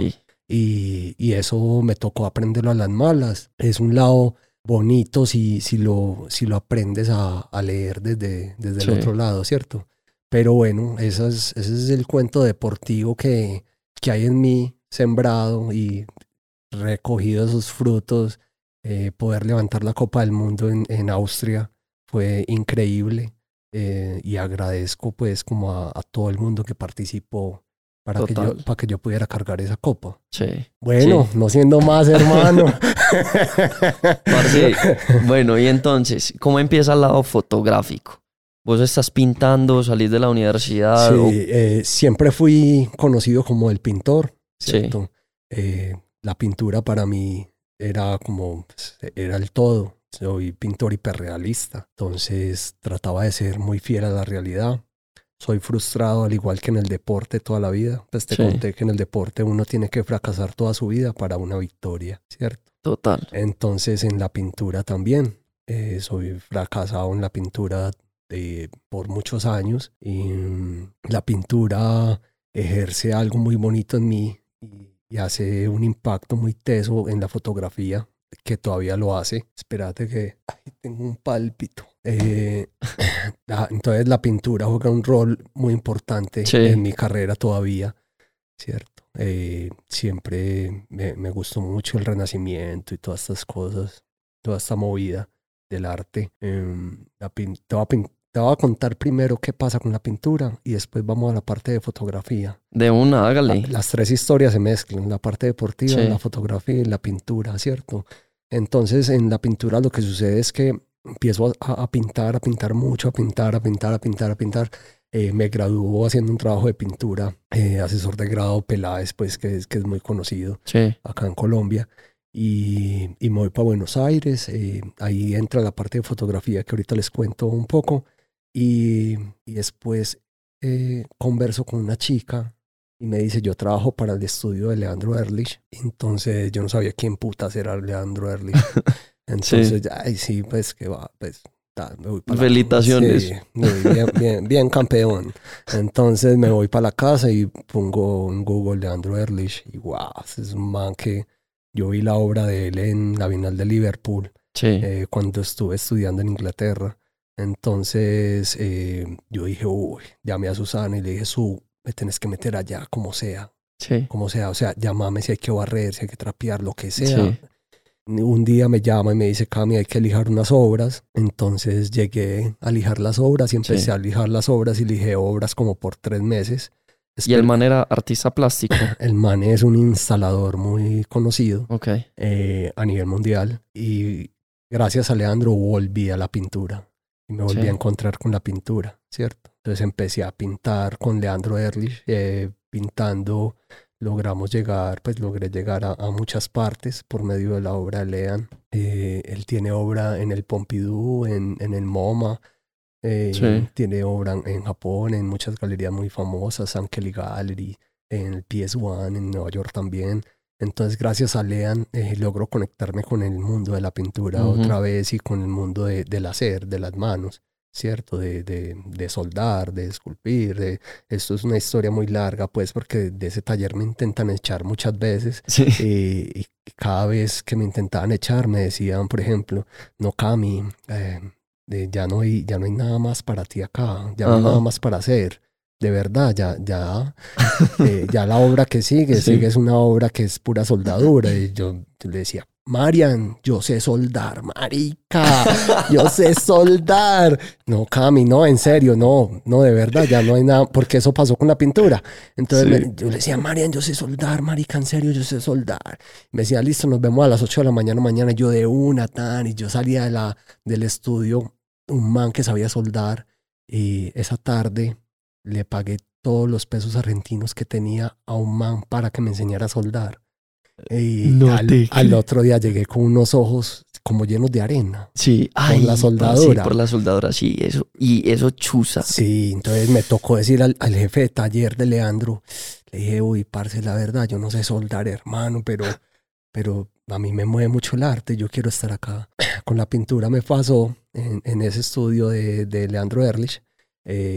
y, y eso me tocó aprenderlo a las malas. Es un lado bonito si, si, lo, si lo aprendes a, a leer desde, desde Sí. el otro lado, ¿cierto? Pero bueno, ese es, ese es el cuento deportivo que, que hay en mí sembrado y recogido esos frutos. Eh, poder levantar la Copa del Mundo en, en Austria fue increíble, eh, y agradezco pues como a, a todo el mundo que participó para que, yo, Total. para que yo pudiera cargar esa copa. Sí. Bueno, Sí. no siendo más, hermano. Parce, bueno, y entonces, ¿cómo empieza el lado fotográfico? ¿Vos estás pintando, salís de la universidad? Sí, o- eh, siempre fui conocido como el pintor, Sí. ¿cierto? Eh, la pintura para mí era como, pues, era el todo. Soy pintor hiperrealista, entonces trataba de ser muy fiel a la realidad. Soy frustrado, al igual que en el deporte toda la vida. Pues te Sí. conté que en el deporte uno tiene que fracasar toda su vida para una victoria, ¿cierto? Total. Entonces en la pintura también. Eh, soy fracasado en la pintura de, por muchos años. Y mm, la pintura ejerce algo muy bonito en mí y, y hace un impacto muy teso en la fotografía, que todavía lo hace. Espérate que ay, tengo un pálpito. Eh, la- entonces la pintura juega un rol muy importante Sí. en mi carrera todavía, ¿cierto? Eh, siempre me, me gustó mucho el Renacimiento y todas estas cosas, toda esta movida del arte. Em, la pin- te voy a pin- te voy a contar primero qué pasa con la pintura y después vamos a la parte de fotografía. De una, La- hágale. las tres historias se mezclan, la parte deportiva, Sí. la fotografía y la pintura, ¿cierto? Entonces en la pintura lo que sucede es que empiezo a, a pintar, a pintar mucho, a pintar, a pintar, a pintar, a pintar. Eh, me graduó haciendo un trabajo de pintura, eh, asesor de grado Peláez, pues que es, que es muy conocido Sí. acá en Colombia. Y, y me voy para Buenos Aires. Eh, ahí entra la parte de fotografía que ahorita les cuento un poco. Y, y después eh, converso con una chica y me dice, yo trabajo para el estudio de Leandro Ehrlich. Entonces yo no sabía quién putas era Leandro Ehrlich. Entonces, Sí. ay, sí, pues que va, pues ta, me voy para la Felicitaciones. Sí, muy bien, bien, bien campeón. Entonces me voy para la casa y pongo en Google Leandro Ehrlich y wow, es un man que yo vi la obra de él en la Bienal de Liverpool, Sí. eh, cuando estuve estudiando en Inglaterra. Entonces eh, yo dije, uy, llamé a Susana y le dije, Su, me tenés que meter allá, como sea, Sí. como sea, o sea, llámame si hay que barrer, si hay que trapear, lo que sea. Sí. Un día me llama y me dice, Cami, hay que lijar unas obras. Entonces llegué a lijar las obras y empecé Sí. a lijar las obras y lijé obras como por tres meses. Y el Espe- man era artista plástico. el man es un instalador muy conocido Ok. eh, a nivel mundial y gracias a Leandro volví a la pintura y me volví Sí. a encontrar con la pintura, ¿cierto? Entonces empecé a pintar con Leandro Ehrlich, eh, pintando logramos llegar, pues logré llegar a, a muchas partes por medio de la obra de Lean. Eh, él tiene obra en el Pompidou, en, en el MoMA, eh, Sí. tiene obra en, en Japón, en muchas galerías muy famosas, San Kelly Gallery, en el P S uno, en Nueva York también. Entonces, gracias a Lean, eh, logro conectarme con el mundo de la pintura Ujú. otra vez y con el mundo de, del hacer, de las manos, ¿cierto? De, de, de soldar, de esculpir. De... Esto es una historia muy larga, pues, porque de ese taller me intentan echar muchas veces. Sí. eh, y cada vez que me intentaban echar, me decían, por ejemplo, no, Cami, eh, de, ya, no hay, ya no hay nada más para ti acá, ya no hay Ajá. nada más para hacer. De verdad, ya, ya, eh, ya la obra que sigue, Sí. sigue es una obra que es pura soldadura. Y yo, yo le decía, Marian, yo sé soldar, marica, yo sé soldar. No, Cami, no, en serio, no, no, de verdad, ya no hay nada, porque eso pasó con la pintura. Entonces Sí. me- yo le decía, Marian, yo sé soldar, marica, en serio, yo sé soldar. Me decía, listo, nos vemos a las ocho de la mañana, mañana, yo de una, tan, y yo salía de la, del estudio, un man que sabía soldar, y esa tarde le pagué todos los pesos argentinos que tenía a un man para que me enseñara a soldar. Y No al, te al creo. otro día llegué con unos ojos como llenos de arena. Sí. Ay, la parce, soldadura. por la soldadura, sí. Eso. Y eso chuza. Sí, entonces me tocó decir al, al jefe de taller de Leandro, le dije, uy, parce, la verdad, yo no sé soldar, hermano, pero, pero a mí me mueve mucho el arte, yo quiero estar acá. Con la pintura me pasó en, en ese estudio de, de Leandro Ehrlich, eh,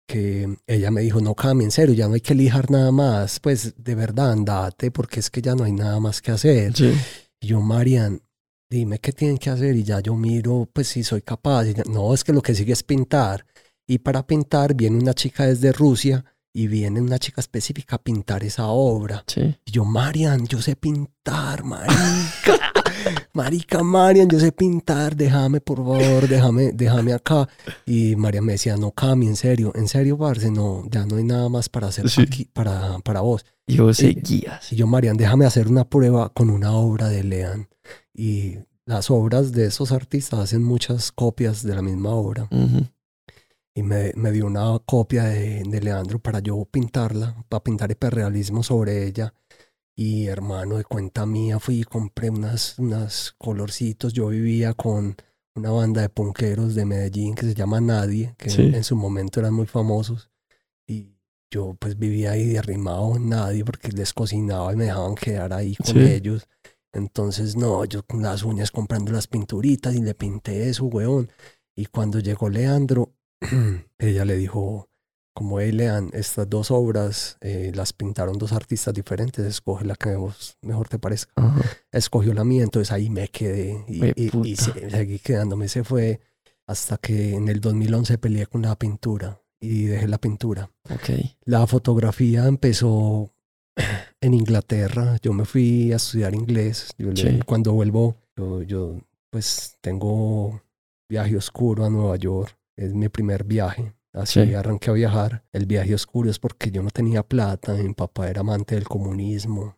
que ella me dijo, no, Cami, en serio, ya no hay que lijar nada más, pues de verdad, andate, porque es que ya no hay nada más que hacer. Sí. Y yo, Marian, dime qué tienen que hacer y ya yo miro, pues si soy capaz. Y ya, no, es que lo que sigue es pintar. Y para pintar viene una chica desde Rusia y viene una chica específica a pintar esa obra. Sí. Y yo, Marian, yo sé pintar, marica. Marica, Marian, yo sé pintar, déjame, por favor, déjame, déjame acá. Y Marian me decía, no, Cami, en serio, en serio, parce, no, ya no hay nada más para hacer Sí. aquí, para, para vos. Y vos Y- seguías. Y yo, Marian, déjame hacer una prueba con una obra de Lean. Y las obras de esos artistas hacen muchas copias de la misma obra. Ujú. Y me, me dio una copia de, de Leandro para yo pintarla, para pintar hiperrealismo sobre ella. Y hermano, de cuenta mía, fui y compré unas, unas colorcitos. Yo vivía con una banda de punqueros de Medellín que se llama Nadie, que Sí. en, en su momento eran muy famosos. Y yo pues vivía ahí derrimado en Nadie porque les cocinaba y me dejaban quedar ahí con Sí. ellos. Entonces, no, yo con las uñas comprando las pinturitas y le pinté eso, weón. Y cuando llegó Leandro, ella le dijo, como, hey, Lean, estas dos obras eh, las pintaron dos artistas diferentes, escoge la que vos mejor te parezca. Ajá. Escogió la mía, entonces ahí me quedé y, Hue y- y puta. se- seguí quedándome. Se fue hasta que en el dos mil once peleé con la pintura y dejé la pintura. Ok. La fotografía empezó en Inglaterra. Yo me fui a estudiar inglés. Yo le- Sí. Cuando vuelvo, yo, yo pues tengo viaje oscuro a Nueva York. Es mi primer viaje. Así Sí. arranqué a viajar. El viaje oscuro es porque yo no tenía plata. Mi papá era amante del comunismo.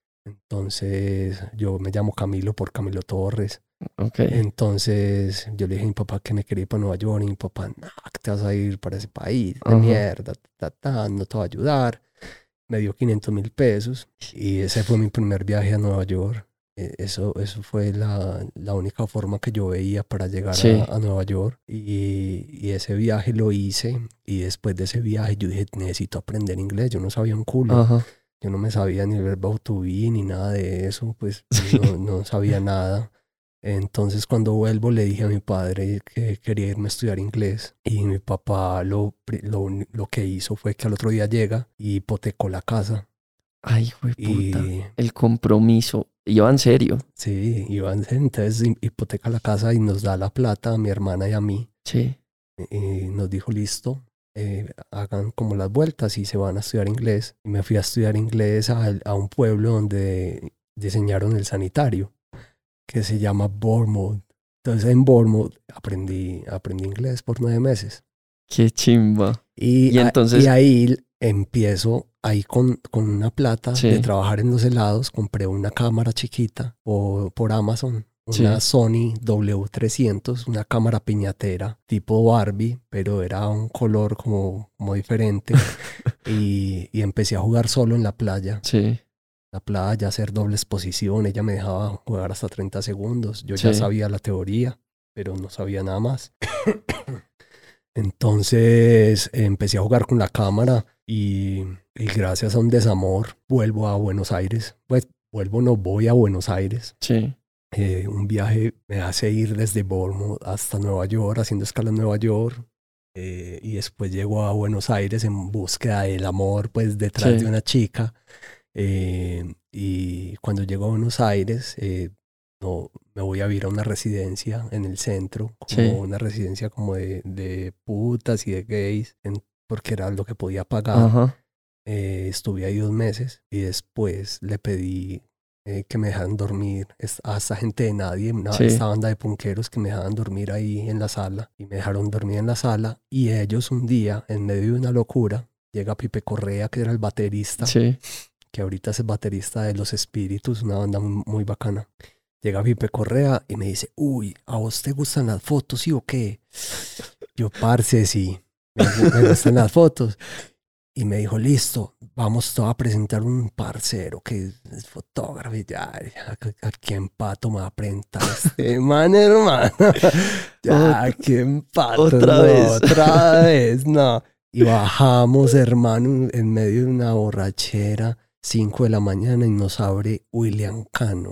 Entonces yo me llamo Camilo por Camilo Torres. Ok. Entonces yo le dije a mi papá que me quería ir para Nueva York y mi papá, no, que te vas a ir para ese país de Ajá. mierda, ta, ta, no te va a ayudar. Me dio quinientos mil pesos y ese fue mi primer viaje a Nueva York. Eh, Eso, eso fue la, la única forma que yo veía para llegar Sí. a, a Nueva York. Y, y ese viaje lo hice y después de ese viaje yo dije, necesito aprender inglés. Yo no sabía un culo. Ajá. Yo no me sabía ni el verbo to be ni nada de eso, pues Sí. no, no sabía nada. Entonces cuando vuelvo le dije a mi padre que quería irme a estudiar inglés y mi papá lo, pri- lo, uni- lo que hizo fue que al otro día llega y hipotecó la casa. Ay, güey, puta. Y El compromiso. Iba en serio. sí, Iván entonces hi- hipoteca la casa y nos da la plata a mi hermana y a mí. Sí. Y nos dijo, listo, eh, hagan como las vueltas y se van a estudiar inglés. Y me fui a estudiar inglés a, a un pueblo donde diseñaron el sanitario, que se llama Bournemouth. Entonces en Bournemouth aprendí, aprendí inglés por nueve meses. Qué chimba. Y, Y a- entonces- y ahí empiezo, ahí con, con una plata Sí. de trabajar en los helados, compré una cámara chiquita por, por Amazon, una Sí. Sony W trescientos, una cámara piñatera tipo Barbie, pero era un color como, como diferente. y, y empecé a jugar solo en la playa. Sí. La playa, hacer doble exposición, ella me dejaba jugar hasta treinta segundos. Yo ya Sí. sabía la teoría, pero no sabía nada más. Entonces eh, empecé a jugar con la cámara y, y gracias a un desamor vuelvo a Buenos Aires. Pues vuelvo, no voy a Buenos Aires. Sí. Eh, un viaje me hace ir desde Bournemouth hasta Nueva York, haciendo escala en Nueva York. Eh, y después llego a Buenos Aires en búsqueda del amor, pues detrás Sí. de una chica. Eh, y cuando llego a Buenos Aires, eh, no, me voy a vivir a una residencia en el centro, como Sí. una residencia como de, de putas y de gays, en- porque era lo que podía pagar. Ajá. Eh, estuve ahí dos meses y después le pedí eh, que me dejaran dormir es- a esta gente de Nadie, una, Sí. esta banda de punqueros que me dejaban dormir ahí en la sala y me dejaron dormir en la sala y ellos un día, en medio de una locura, llega Pipe Correa, que era el baterista, Sí. que ahorita es el baterista de Los Espíritus, una banda muy, muy bacana. Llega Pipe Correa y me dice, uy, ¿a vos te gustan las fotos, sí o qué? Yo, parce, sí, me, gu- me gustan las fotos. Y me dijo, listo, vamos todos a presentar un parcero que es fotógrafo. Y ya, ya, ¿a quién pato me va a presentar este man, hermano? Ya, ¿a quién pato? Otra No, vez. Otra vez, no. Y bajamos, hermano, en medio de una borrachera, cinco de la mañana, y nos abre William Cano.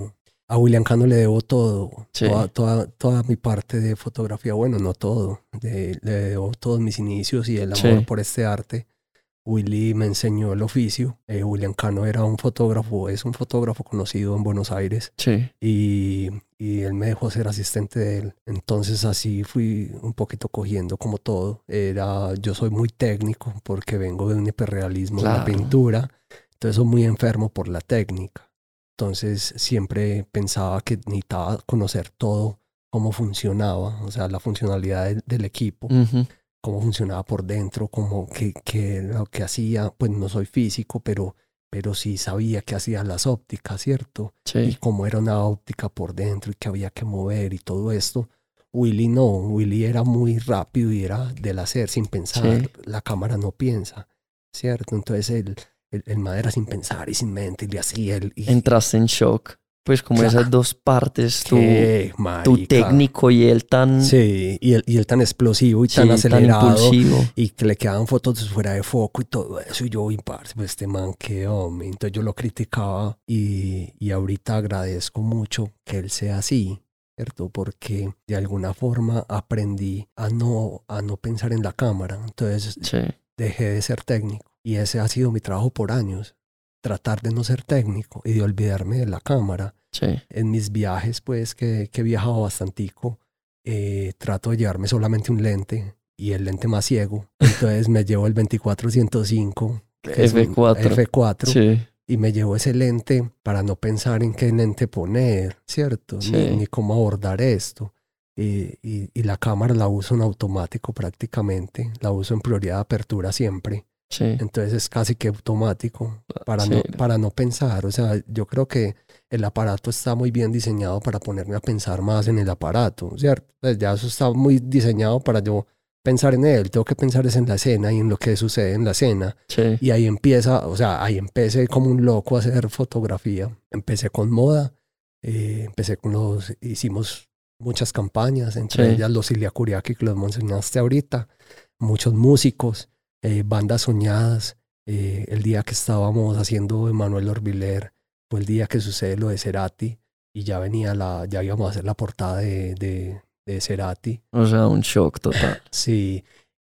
A William Cano le debo todo, Sí. toda, toda, toda mi parte de fotografía, bueno, no todo, de- le debo todos mis inicios y el amor Sí. por este arte. Willy me enseñó el oficio. Eh, William Cano era un fotógrafo, es un fotógrafo conocido en Buenos Aires Sí. y, y él me dejó ser asistente de él. Entonces así fui un poquito cogiendo como todo. Era, yo soy muy técnico porque vengo de un hiperrealismo en la Claro. pintura, entonces soy muy enfermo por la técnica. Entonces siempre pensaba que necesitaba conocer todo, cómo funcionaba, o sea, la funcionalidad del, del equipo, Ujú. cómo funcionaba por dentro, cómo que, que lo que hacía, pues no soy físico, pero, pero sí sabía que hacían las ópticas, ¿cierto? Y Sí. cómo era una óptica por dentro y que había que mover y todo esto. Willy no, Willy era muy rápido y era del hacer sin pensar. Sí. La cámara no piensa, ¿cierto? Entonces él, el, el man era sin pensar y sin mente y le hacía el... Y, Entraste en shock. Pues como Cla- esas dos partes, tu, ¡Qué tu marica! técnico y él tan, Sí, y él, y él tan explosivo y tan sí, tan acelerado impulsivo. y que le quedaban fotos fuera de foco y todo eso. Y yo, y parce, pues este man, qué hombre. Entonces yo lo criticaba y, y ahorita agradezco mucho que él sea así, ¿cierto? Porque de alguna forma aprendí a no, a no pensar en la cámara. Entonces Sí. dejé de ser técnico y ese ha sido mi trabajo por años. Tratar de no ser técnico y de olvidarme de la cámara. Sí. En mis viajes, pues, que, que he viajado bastantico, eh, trato de llevarme solamente un lente y el lente más ciego. Entonces me llevo el veinticuatro ciento cinco, que es F un cuatro. F cuatro, Sí. y me llevo ese lente para no pensar en qué lente poner, ¿cierto? Sí. Ni, ni cómo abordar esto. Y, y, y la cámara la uso en automático prácticamente, la uso en prioridad de apertura siempre. Sí. Entonces es casi que automático para, Sí. no, para no pensar. O sea, yo creo que el aparato está muy bien diseñado para ponerme a pensar más en el aparato, ¿cierto? Pues ya eso está muy diseñado para yo pensar en él. Tengo que pensar es en la escena y en lo que sucede en la escena. Sí. Y ahí empieza, o sea, ahí empecé como un loco a hacer fotografía. Empecé con moda, eh, empecé con los, hicimos muchas campañas, entre Sí. ellas los Ilia Kuriaki que los mencionaste ahorita, muchos músicos. Eh, bandas soñadas, eh, el día que estábamos haciendo Emanuel Orbiler fue el día que sucede lo de Cerati y ya venía la, ya íbamos a hacer la portada de, de, de Cerati. O sea, un shock total. Sí,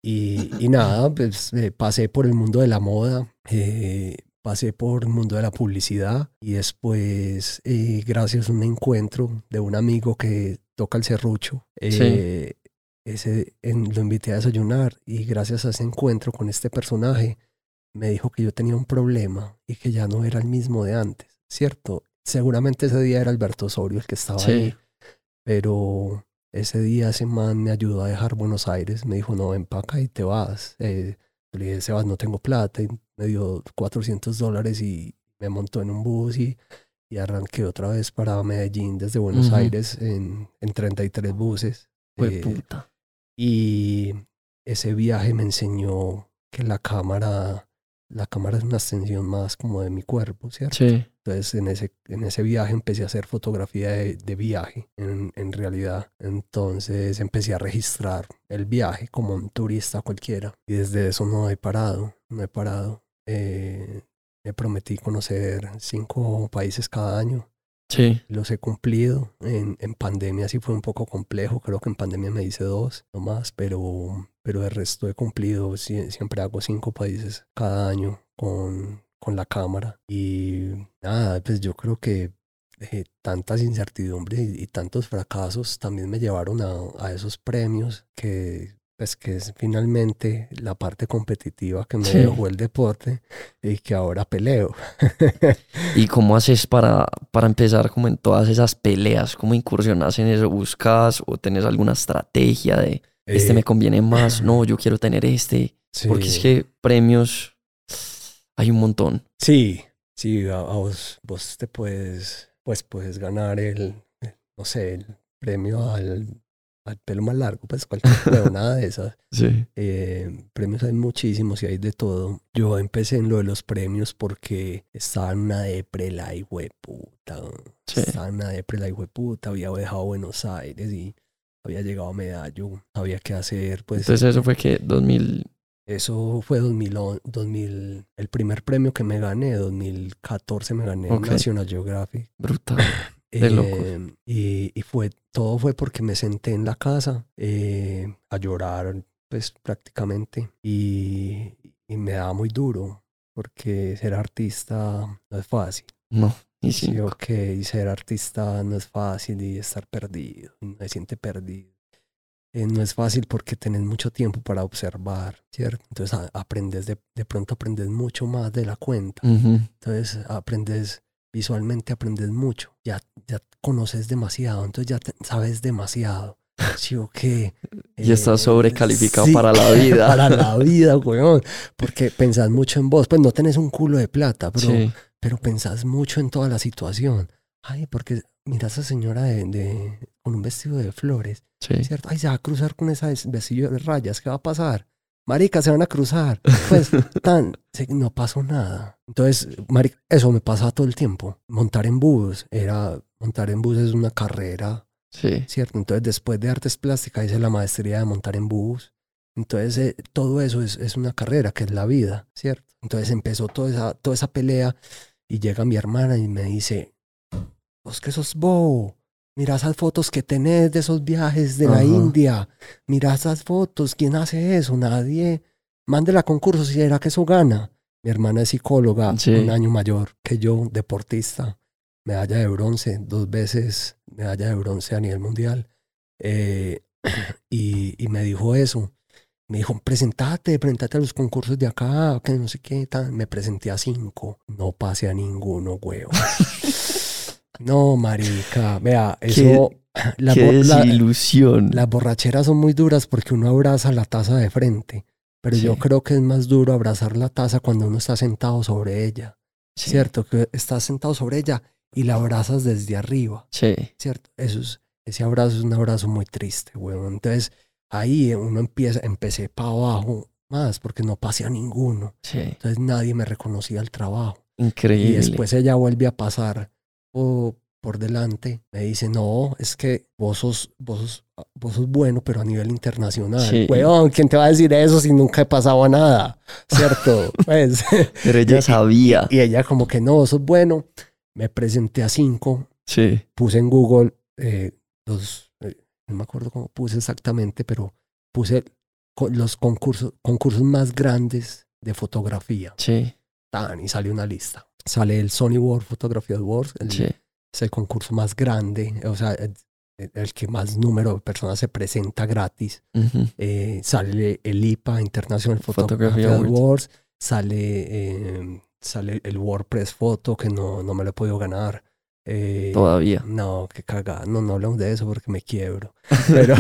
y, y nada, pues eh, pasé por el mundo de la moda, eh, pasé por el mundo de la publicidad y después, eh, gracias a un encuentro de un amigo que toca el serrucho, eh, Sí. ese, en, lo invité a desayunar y gracias a ese encuentro con este personaje me dijo que yo tenía un problema y que ya no era el mismo de antes, ¿cierto? Seguramente ese día era Alberto Osorio el que estaba Sí. ahí, pero ese día ese man me ayudó a dejar Buenos Aires, me dijo, no, ven para acá y te vas. Eh, yo le dije, Sebas, no tengo plata, y me dio cuatrocientos dólares y me montó en un bus y, y arranqué otra vez para Medellín desde Buenos Ujú. Aires en, en treinta y tres buses. Fue Eh, puta. y ese viaje me enseñó que la cámara, la cámara es una extensión más como de mi cuerpo, ¿cierto? Sí. Entonces en ese, en ese viaje empecé a hacer fotografía de, de viaje, en, en realidad. Entonces empecé a registrar el viaje como un turista cualquiera. Y desde eso no he parado, no he parado. Eh, me prometí conocer cinco países cada año. Sí. Los he cumplido. En, en pandemia sí fue un poco complejo. Creo que en pandemia me hice dos nomás, pero, pero el resto he cumplido. Sie- siempre hago cinco países cada año con, con la cámara. Y nada, pues yo creo que eh, tantas incertidumbres y, y tantos fracasos también me llevaron a, a esos premios que... Pues que es finalmente la parte competitiva que me Sí. dejó el deporte y que ahora peleo. ¿Y cómo haces para, para empezar como en todas esas peleas? ¿Cómo incursionas en eso? ¿Buscas o tenés alguna estrategia de este Eh, me conviene más? No, yo quiero tener este. Porque es sí. que premios hay un montón. Sí, sí, a, a vos, vos te puedes, pues puedes ganar el, eh, no sé, el premio al, al pelo más largo, pues cualquier huevonada de esas. Sí. Eh, premios hay muchísimos y hay de todo. Yo empecé en lo de los premios porque estaba en una depre la hijueputa. Sí. Estaba en una depre la hijueputa, había dejado Buenos Aires y había llegado a Medallo, sabía qué hacer, pues. Entonces eso fue que dos mil... Eso fue dos mil, dos mil, el primer premio que me gané, dos mil catorce me gané Ok. National Geographic. Brutal. De Eh, locos. y, y fue, todo fue porque me senté en la casa eh, a llorar, pues prácticamente. Y, y me daba muy duro, porque ser artista no es fácil. No, y Sí, cinco. ok, y ser artista no es fácil y estar perdido, uno se siente perdido. Eh, no es fácil porque tenés mucho tiempo para observar, ¿cierto? Entonces a- aprendes de, de pronto aprendes mucho más de la cuenta. Ujú. Entonces aprendes visualmente, aprendes mucho. Ya, ya conoces demasiado, entonces ya te- sabes demasiado. Sí, o qué. Y estás Eh, sobrecalificado sí, para la vida. para la vida, weón. Porque pensás mucho en vos. Pues no tenés un culo de plata, pero, Sí, pero pensás mucho en toda la situación. Ay, porque mira a esa señora de, de- con un vestido de flores, sí. ¿cierto? Ay, se va a cruzar con esa des- vestido de rayas, ¿qué va a pasar? Marica, se van a cruzar. Pues, tan, se- no pasó nada. Entonces, marica, eso me pasaba todo el tiempo. Montar en bus, era, montar en bus es una carrera, Sí, ¿cierto? Entonces, después de artes plásticas hice la maestría de montar en bus. Entonces, eh, todo eso es, es una carrera, que es la vida, ¿cierto? Entonces empezó toda esa, toda esa pelea y llega mi hermana y me dice, vos que sos bobo, mira esas fotos que tenés de esos viajes de la ajá, India, mira esas fotos, ¿quién hace eso? Nadie. Mándela a concursos y será que eso gana. Mi hermana es psicóloga, un sí, año mayor que yo, deportista, medalla de bronce, dos veces medalla de bronce a nivel mundial. Eh, y, y me dijo eso. Me dijo, presentate, presentate a los concursos de acá, que no sé qué, tal. Me presenté a cinco. No pasé a ninguno, huevo. No, marica, vea, qué, eso, las, qué bo- la- desilusión. las borracheras son muy duras porque uno abraza la taza de frente, pero yo Sí, creo que es más duro abrazar la taza cuando uno está sentado sobre ella, sí, ¿cierto? Que estás sentado sobre ella y la abrazas desde arriba, sí, ¿cierto? Eso es, ese abrazo es un abrazo muy triste, weón. Entonces, ahí uno empieza, empecé para abajo más porque no pasé a ninguno. sí. Entonces nadie me reconocía el trabajo. Y Increíble. después ella vuelve a pasar por, por delante. Me dice, no, es que vos sos, vos, sos, vos sos bueno, pero a nivel internacional. Sí, Weón, ¿quién te va a decir eso si nunca he pasado a nada? ¿Cierto? Pues, pero y, ella y- y- sabía. y ella como que no, vos sos bueno. Me presenté a cinco. Sí, Puse en Google eh, los, eh, no me acuerdo cómo puse exactamente, pero puse co- los concursos, concursos más grandes de fotografía. sí, Tan, y sale una lista. Sale el Sony World Photography Awards, sí. el, es el concurso más grande, o sea, el, el que más número de personas se presenta gratis. Ujú. Eh, sale el I P A, International Photography Photography Awards. Awards, sale, eh, sale el WordPress Photo, que no, no me lo he podido ganar. Eh, Todavía. no, qué cagada. No, no hablamos de eso porque me quiebro. Pero,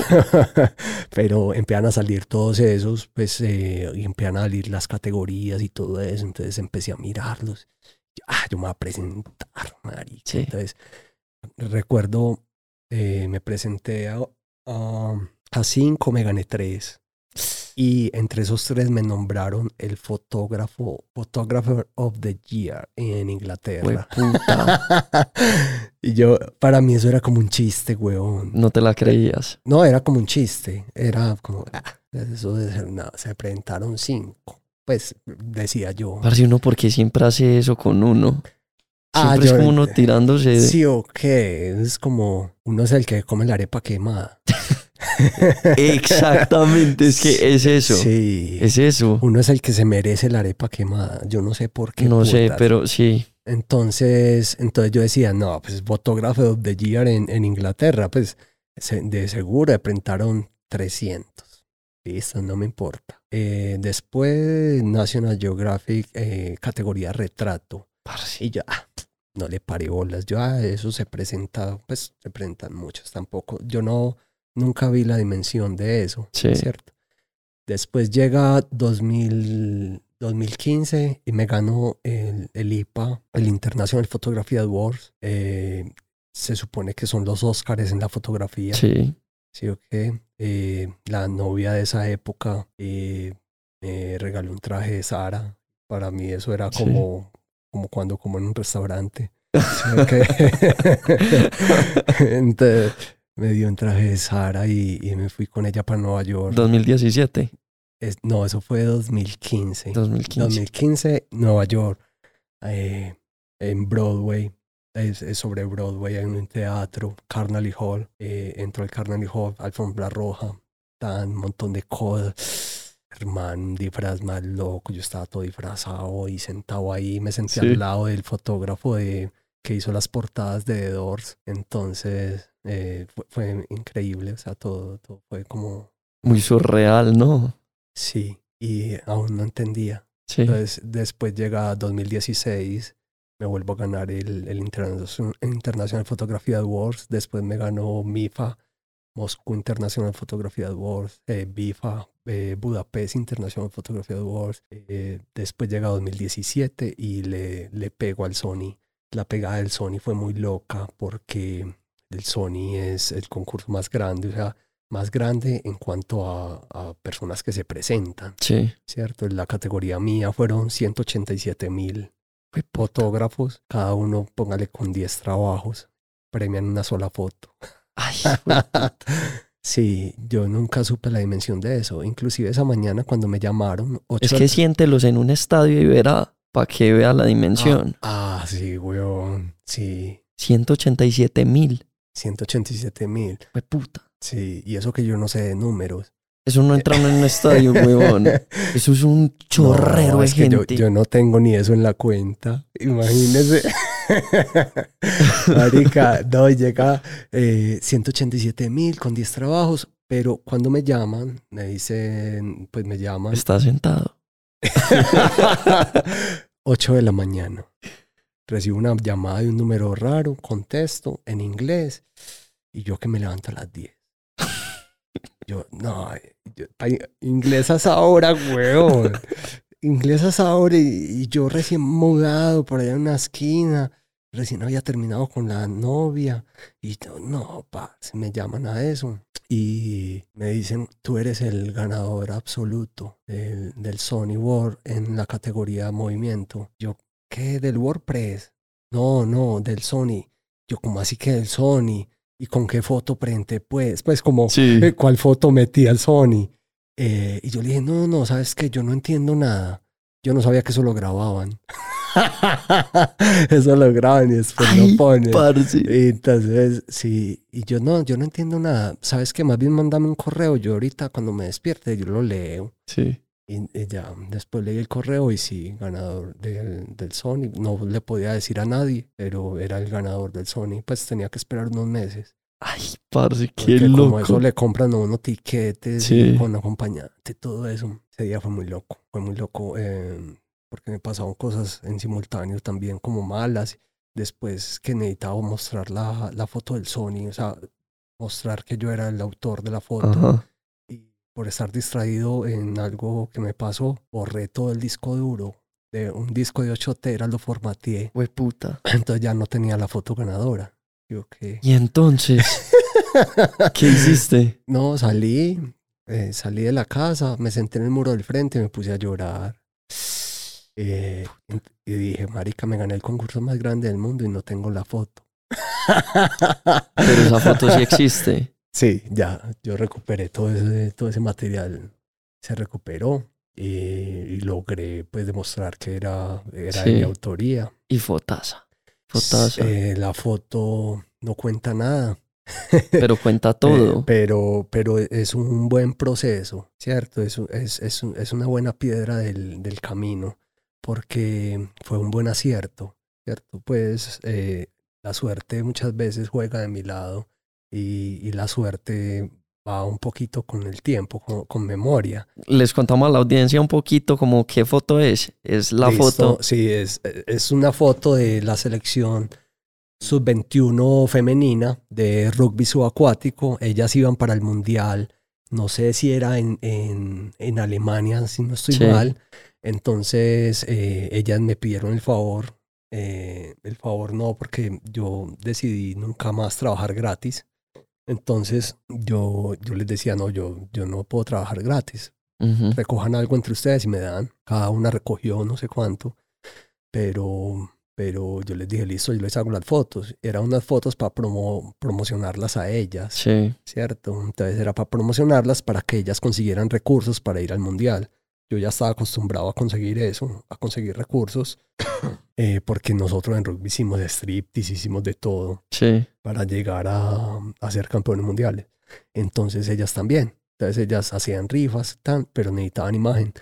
pero empiezan a salir todos esos, pues, eh, y empiezan a salir las categorías y todo eso. Entonces empecé a mirarlos. Yo, ah, yo me voy a presentar, marica. Sí, Entonces, recuerdo, eh, me presenté a, a, a cinco, me gané tres. Y entre esos tres me nombraron el fotógrafo, Photographer of the Year en Inglaterra. puta. Y yo, para mí eso era como un chiste, weón. No te la creías. No, era como un chiste. Era como, ah, eso de ser nada. Se presentaron cinco. Pues decía yo. Parce, uno porque siempre hace eso con uno. Ah, Siempre es yo, como uno tirándose. sí, ok. Es como, uno es el que come la arepa quemada. Exactamente, es que es eso. Sí. Es eso. Uno es el que se merece la arepa quemada. Yo no sé por qué. No sé, putas. pero sí. Entonces, entonces yo decía, no, pues Photographer of the Year en, en Inglaterra, pues se- de seguro presentaron trescientos. Listo, no me importa. Eh, después National Geographic, eh, categoría retrato. Parce. Y yo, ah, no le paré bolas. Yo, ah, eso se presenta, pues se presentan muchos tampoco. Yo no, nunca vi la dimensión de eso, Sí. ¿cierto? Después llega dos mil, dos mil quince y me ganó el, el I P A, el International Photography Awards. Eh, se supone que son los Óscares en la fotografía. Sí. Sí, ok. Eh, la novia de esa época eh, me regaló un traje de Zara. Para mí eso era Sí. como, como cuando como en un restaurante. Sí, ok. Entonces me dio un traje de Zara y, y me fui con ella para Nueva York. dos mil diecisiete. Es- no, eso fue dos mil quince. dos mil quince. dos mil quince, Nueva York, eh, en Broadway. es, es sobre Broadway, hay un teatro, Carnegie Hall, eh, entro al Carnegie Hall, alfombra roja, tan un montón de cosas. Hermano, un disfraz más loco, yo estaba todo disfrazado y sentado ahí, me senté Sí. al lado del fotógrafo de, que hizo las portadas de The Doors, entonces eh, fue, fue increíble, o sea, todo, todo fue como, Muy surreal, ¿no? sí, y aún no entendía. Sí. Entonces, después llega dos mil dieciséis, me vuelvo a ganar el, el International, International Photography Awards, después me ganó MIFA, Moscú International Photography Awards, eh, BIFA, eh, Budapest International Photography Awards. Eh, después llega dos mil diecisiete y le, le pego al Sony. La pegada del Sony fue muy loca porque el Sony es el concurso más grande, o sea, más grande en cuanto a, a personas que se presentan, Sí. ¿cierto? En la categoría mía fueron ciento ochenta y siete mil fotógrafos, cada uno póngale con diez trabajos, premian una sola foto. Ay, güey. Sí, yo nunca supe la dimensión de eso. Inclusive esa mañana cuando me llamaron... ocho Es que siéntelos en un estadio y verá para que vea la dimensión. Ah, ah, sí, weón. Sí, ciento ochenta y siete mil. ciento ochenta y siete mil. Fue puta. Sí, y eso que yo no sé de números. Eso no entra en un estadio, huevón. Eso es un chorrero No, de es que gente. yo, yo no tengo ni eso en la cuenta. Imagínese. Marica, no, llega eh, ciento ochenta y siete mil con diez trabajos, pero cuando me llaman, me dicen, pues me llaman Está sentado. ocho de la mañana. Recibo una llamada de un número raro, contesto en inglés y yo que me levanto a las diez. Yo, no, yo, inglés a esa hora, weón. Inglés a esa hora y, y yo recién mudado por allá en una esquina. Recién había terminado con la novia. Y yo, no, pa, se me llaman a eso. Y me dicen, tú eres el ganador absoluto del, del Sony World en la categoría movimiento. Yo, ¿qué? ¿Del WordPress? No, no, del Sony. Yo, ¿cómo así que del Sony? ¿Y con qué foto prende? Pues, pues como, Sí. eh, ¿cuál foto metí al Sony? Eh, y yo le dije, no, no, ¿sabes qué? Yo no entiendo nada. Yo no sabía que eso lo grababan. Eso lo graban y después Ay, lo ponen. parce. Y entonces, sí. Y yo, no, yo no entiendo nada. ¿Sabes qué? Más bien mándame un correo. Yo ahorita cuando me despierte, yo lo leo. Sí. Y, y ya, después leí el correo y sí, ganador del, del Sony. No le podía decir a nadie, pero era el ganador del Sony. Pues tenía que esperar unos meses. Ay, parce, qué Porque como loco. eso le compran a uno tiquetes Sí. y con acompañante, todo eso. Ese día fue muy loco, fue muy loco eh, porque me pasaban cosas en simultáneo también como malas. Después que necesitaba mostrar la, la foto del Sony, o sea, mostrar que yo era el autor de la foto. Ajá. Y por estar distraído en algo que me pasó, borré todo el disco duro. De un disco de ocho teras lo formateé. Fue puta. Entonces ya no tenía la foto ganadora. Yo, ¿qué? Y entonces, ¿qué hiciste? No, salí, eh, salí de la casa, me senté en el muro del frente y me puse a llorar. Eh, y dije, marica, me gané el concurso más grande del mundo y no tengo la foto. Pero esa foto sí existe. Sí, ya, yo recuperé todo ese, todo ese material. Se recuperó y, y logré pues demostrar que era, era de Sí. mi autoría. Y fotaza. Fotaza. Eh, la foto no cuenta nada. Pero cuenta todo. Eh, pero, pero es un buen proceso, ¿cierto? Es, es, es, es una buena piedra del, del camino, porque fue un buen acierto, ¿cierto? Pues eh, la suerte muchas veces juega de mi lado y, y la suerte va un poquito con el tiempo, con, con memoria. Les contamos a la audiencia un poquito como qué foto es. Es la Listo, foto. sí, es, es una foto de la selección sub veintiuno femenina de rugby subacuático. Ellas iban para el mundial, no sé si era en, en, en Alemania, si no estoy Sí. mal. Entonces eh, ellas me pidieron el favor, eh, el favor no, porque yo decidí nunca más trabajar gratis. Entonces yo, yo les decía, no, yo, yo no puedo trabajar gratis. Ujú. Recojan algo entre ustedes y me dan. Cada una recogió no sé cuánto, pero... Pero yo les dije, listo, yo les hago las fotos. Eran unas fotos para promo, promocionarlas a ellas, Sí. ¿cierto? Entonces era para promocionarlas para que ellas consiguieran recursos para ir al mundial. Yo ya estaba acostumbrado a conseguir eso, a conseguir recursos. eh, porque nosotros en rugby hicimos striptease, hicimos de todo Sí. para llegar a, a ser campeones mundiales. Entonces ellas también. Entonces ellas hacían rifas, tan, pero necesitaban imagen.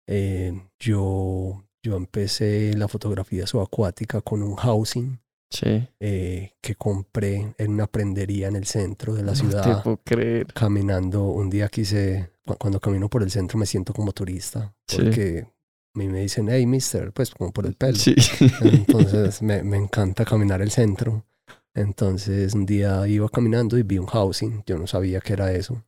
Eh, yo, yo empecé la fotografía subacuática con un housing Sí. eh, que compré en una prendería en el centro de la No te ciudad. puedo creer. Caminando, un día quise, cu- cuando camino por el centro me siento como turista, Sí. porque a mí me dicen, hey, mister, pues como por el pelo. Sí. Entonces me, me encanta caminar el centro. Entonces un día iba caminando y vi un housing, yo no sabía qué era eso.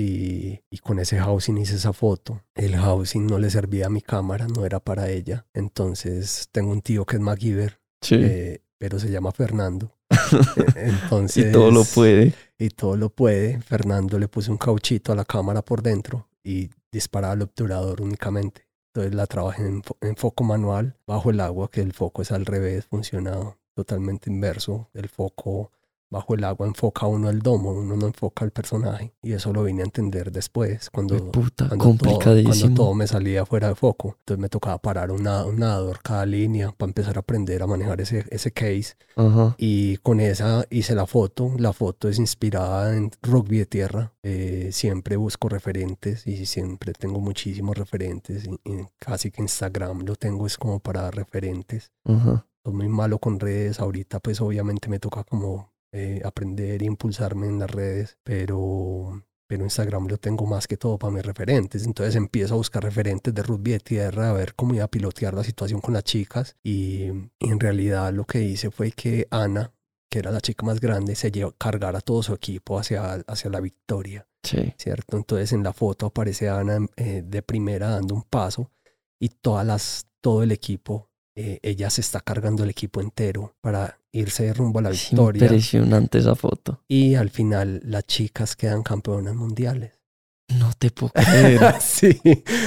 Y, y con ese housing hice esa foto. El housing no le servía a mi cámara, no era para ella. Entonces tengo un tío que es MacGyver, Sí. eh, pero se llama Fernando. E- Entonces, Y todo lo puede. y todo lo puede. Fernando le puso un cauchito a la cámara por dentro y disparaba el obturador únicamente. Entonces la trabajé en, fo- en foco manual bajo el agua, que el foco es al revés, funciona totalmente inverso. El foco bajo el agua enfoca uno el domo, uno no enfoca el personaje. Y eso lo vine a entender después, Qué cuando, puta, cuando, todo, cuando complicadísimo. todo me salía fuera de foco. Entonces me tocaba parar un nada- un nadador cada línea para empezar a aprender a manejar ese, ese case. Ajá. Y con esa hice la foto. La foto es inspirada en rugby de tierra. Eh, siempre busco referentes y siempre tengo muchísimos referentes. Y, y casi que Instagram lo tengo es como para referentes. Ajá. Soy muy malo con redes. Ahorita pues obviamente me toca como eh, aprender e impulsarme en las redes. Pero, pero Instagram lo tengo más que todo para mis referentes. Entonces empiezo a buscar referentes de rugby de tierra, a ver cómo iba a pilotear la situación con las chicas. Y, y en realidad lo que hice fue que Ana, que era la chica más grande, se llevó cargara todo su equipo hacia, hacia la victoria, Sí. ¿cierto? Entonces en la foto aparece Ana eh, de primera dando un paso y todas las, todo el equipo, eh, ella se está cargando el equipo entero para irse rumbo a la Es victoria. impresionante esa foto. Y al final las chicas quedan campeonas mundiales. No te puedo creer. Sí,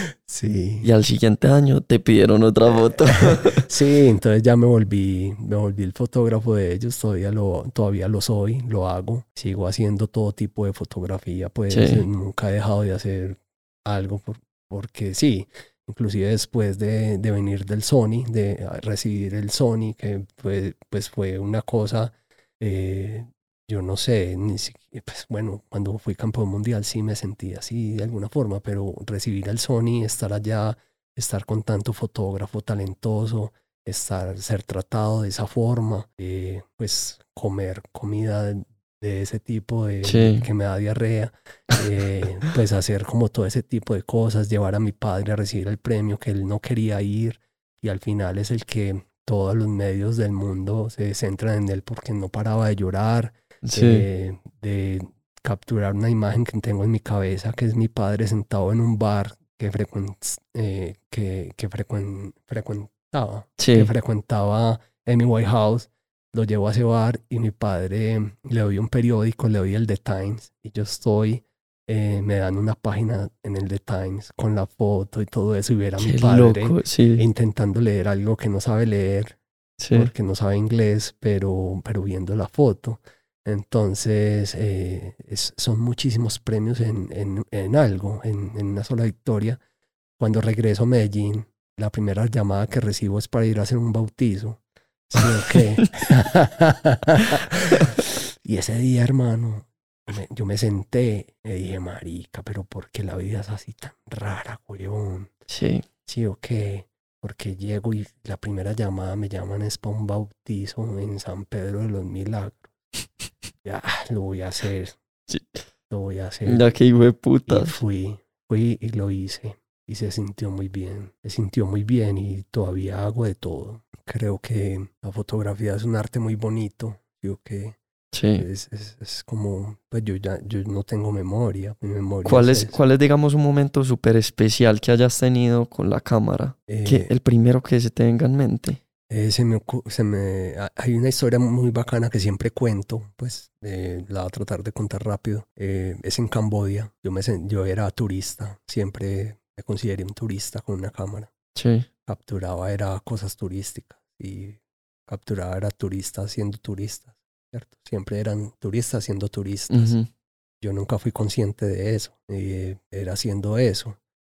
sí. Y al siguiente año te pidieron otra foto. Sí, entonces ya me volví, me volví el fotógrafo de ellos, todavía lo, todavía lo soy, lo hago, sigo haciendo todo tipo de fotografía, pues Sí. nunca he dejado de hacer algo, por- porque sí, inclusive después de, de venir del Sony, de recibir el Sony, que pues, pues fue una cosa, eh, yo no sé, ni siquiera, pues bueno, cuando fui campeón mundial sí me sentí así de alguna forma, pero recibir el Sony, estar allá, estar con tanto fotógrafo talentoso, estar, ser tratado de esa forma, eh, pues comer comida de, de ese tipo de, Sí. de- que me da diarrea, eh, pues hacer como todo ese tipo de cosas, llevar a mi padre a recibir el premio que él no quería ir y al final es el que todos los medios del mundo se centran en él porque no paraba de llorar, Sí. eh, de capturar una imagen que tengo en mi cabeza, que es mi padre sentado en un bar que, frecuen, eh, que, que frecuen, frecuentaba, Sí. que frecuentaba Amy Whitehouse. Lo llevo a ese bar y mi padre le doy un periódico, le doy el The Times y yo estoy, eh, me dan una página en el The Times con la foto y todo eso y ver a mi Qué padre loco. Sí. intentando leer algo que no sabe leer Sí. porque no sabe inglés, pero, pero viendo la foto. Entonces, eh, es- son muchísimos premios en, en, en algo, en, en una sola victoria. Cuando regreso a Medellín, la primera llamada que recibo es para ir a hacer un bautizo. Sí, ok. Y ese día, hermano, me- yo me senté y dije, marica, pero ¿por qué la vida es así tan rara, huevón? Sí. Sí, ok. Porque llego y la primera llamada me llaman es para un bautizo en San Pedro de los Milagros. Ya, lo voy a hacer. Sí. Lo voy a hacer. Mira qué hijo de Y putas. fui, fui y lo hice. Y se sintió muy bien. Se sintió muy bien y todavía hago de todo. Creo que la fotografía es un arte muy bonito. Yo que Sí. es, es, es como, pues yo ya yo no tengo memoria. Mi memoria ¿Cuál es es, eso. cuál es, digamos, un momento súper especial que hayas tenido con la cámara? Que Eh, el primero que se te venga en mente. Eh, se me, ocu- se me, ha- hay una historia muy bacana que siempre cuento, pues eh, la voy a tratar de contar rápido. Eh, es en Camboya. Yo, me, sen- yo era turista, siempre me consideré un turista con una cámara. Sí. Capturaba era cosas turísticas y capturaba era turistas siendo turistas, ¿cierto? Siempre eran turistas siendo turistas. Ujú. Yo nunca fui consciente de eso, eh, era haciendo eso.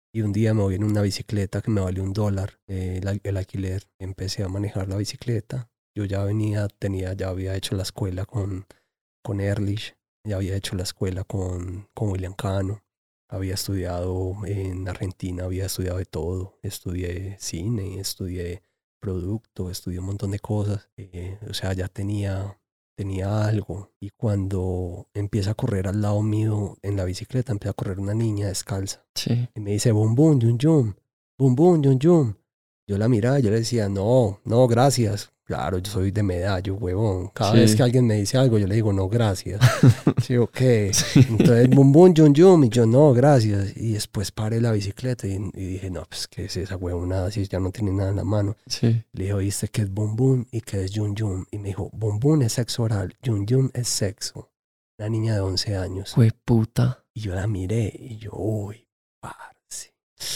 Y un día me voy en una bicicleta que me valió un dólar eh, el, el alquiler. Empecé a manejar la bicicleta. Yo ya venía, tenía, ya había hecho la escuela con, con Ehrlich, ya había hecho la escuela con, con William Cano. Había estudiado en Argentina, había estudiado de todo. Estudié cine, estudié producto, estudié un montón de cosas. Eh, o sea, ya tenía, tenía algo. Y cuando empieza a correr al lado mío en la bicicleta, empieza a correr una niña descalza. Sí. Y me dice, bum, bum, yum, yum, bum, bum, yum, yum. Yo la miraba y yo le decía, no, no, gracias. Claro, yo soy de Medallo, huevón. Cada Sí. vez que alguien me dice algo, yo le digo, no, gracias. Sí, ok. Sí. Entonces, bum, bum, yum, yum. Y yo, no, gracias. Y después paré la bicicleta y, y dije, no, pues, ¿qué es esa huevonada? Si ya no tiene nada en la mano. Sí. Le dije, ¿oíste qué es bum, bum y qué es yum, yum? Y me dijo, bum, bum es sexo oral, yum, yum es sexo. Una niña de once años. Fue puta. Y yo la miré y yo, uy, parce.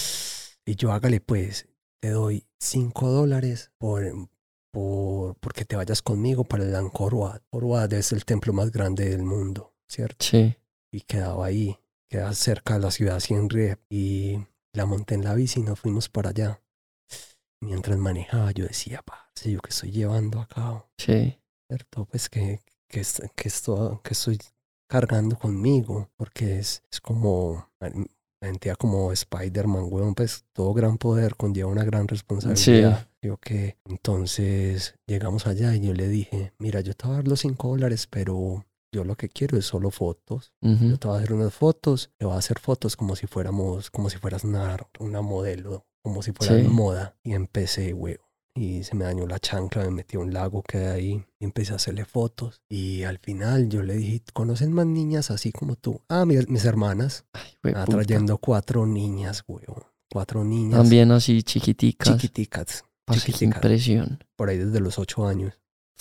Y yo, hágale pues, te doy cinco dólares por, por, porque te vayas conmigo para el Angkor Wat. Angkor Wat es el templo más grande del mundo, ¿cierto? Sí. Y quedaba ahí, quedaba cerca de la ciudad Siem Reap. Y la monté en la bici y nos fuimos para allá. Mientras manejaba yo decía, parce, ¿yo qué estoy llevando acá? Sí. ¿Cierto? Pues que, que, que, esto, que estoy cargando conmigo, porque es, es como, la entidad como Spider-Man, weón, pues todo gran poder conlleva una gran responsabilidad. Sí. Yo que entonces llegamos allá y yo le dije, mira, yo te voy a dar los cinco dólares, pero yo lo que quiero es solo fotos. Uh-huh. Yo te voy a hacer unas fotos, te voy a hacer fotos como si fuéramos, como si fueras una, una modelo, como si fuera sí. moda. Y empecé, weón. Y se me dañó la chancla, me metí a un lago que hay ahí y empecé a hacerle fotos. Y al final yo le dije, ¿conocen más niñas así como tú? Ah, mis, mis hermanas. Ay, ah, trayendo cuatro niñas, weón. Cuatro niñas. También así chiquiticas. Chiquiticas. Pasa, chiquiticas. Qué impresión. Por ahí desde los ocho años.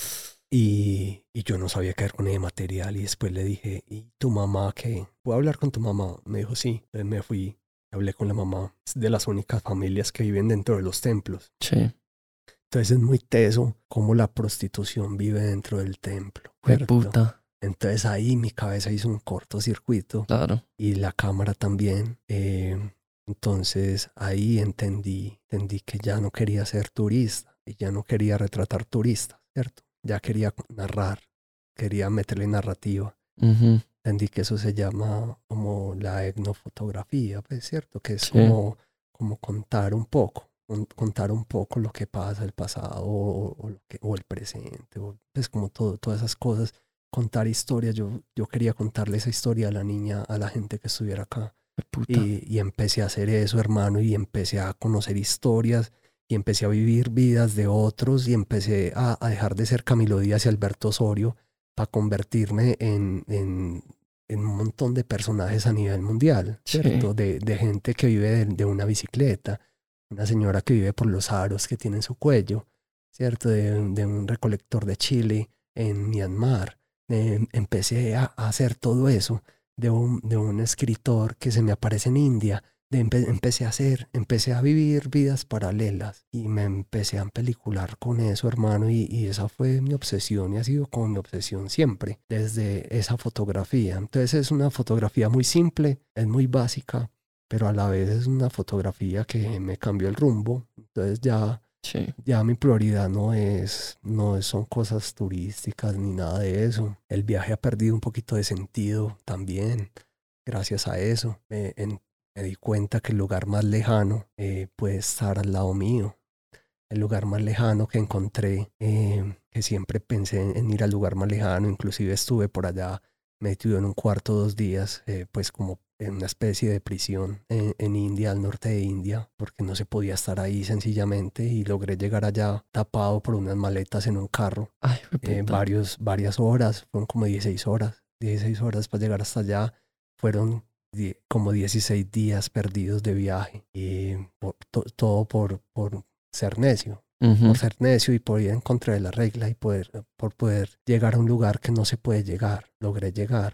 Y, y yo no sabía qué hacer con ese material. Y después le dije, ¿y tu mamá qué? ¿Puedo hablar con tu mamá? Me dijo, sí. Entonces me fui, hablé con la mamá. Es de las únicas familias que viven dentro de los templos. Sí. Entonces es muy teso cómo la prostitución vive dentro del templo. ¡Qué puta! Entonces ahí mi cabeza hizo un cortocircuito. Claro. Y la cámara también. Eh, entonces ahí entendí, entendí que ya no quería ser turista. Y ya no quería retratar turistas, ¿cierto? Ya quería narrar. Quería meterle narrativa. Uh-huh. Entendí que eso se llama como la etnofotografía, pues, ¿cierto? Que es sí. como, como contar un poco. contar un poco lo que pasa, el pasado o, o, lo que, o el presente, o, es como todo, todas esas cosas, contar historias. Yo, yo quería contarle esa historia a la niña, a la gente que estuviera acá. Y, y empecé a hacer eso, hermano, y empecé a conocer historias, y empecé a vivir vidas de otros, y empecé a, a dejar de ser Camilo Díaz y Alberto Osorio para convertirme en, en, en un montón de personajes a nivel mundial, ¿cierto? Sí. De, de gente que vive de, de una bicicleta, una señora que vive por los aros que tiene en su cuello, ¿cierto? De, de un recolector de chile en Myanmar. Eh, empecé a, a hacer todo eso, de un, de un escritor que se me aparece en India. De empe, empecé a hacer, empecé a vivir vidas paralelas y me empecé a pelicular con eso, hermano, y, y esa fue mi obsesión y ha sido como mi obsesión siempre, desde esa fotografía. Entonces es una fotografía muy simple, es muy básica, pero a la vez es una fotografía que me cambió el rumbo. Entonces ya, sí. ya mi prioridad no es, no son cosas turísticas ni nada de eso. El viaje ha perdido un poquito de sentido también, gracias a eso. Me, en, me di cuenta que el lugar más lejano eh, puede estar al lado mío. El lugar más lejano que encontré, eh, que siempre pensé en, en ir al lugar más lejano, inclusive estuve por allá metido en un cuarto dos días, eh, pues como en una especie de prisión en, en India, al norte de India, porque no se podía estar ahí sencillamente, y logré llegar allá tapado por unas maletas en un carro. Ay, eh, varios, varias horas, fueron como dieciséis horas, dieciséis horas para llegar hasta allá. Fueron die, como dieciséis días perdidos de viaje, y por, to, todo por, por ser necio. Uh-huh. Por ser necio y por ir en contra de la regla y poder, por poder llegar a un lugar que no se puede llegar. Logré llegar.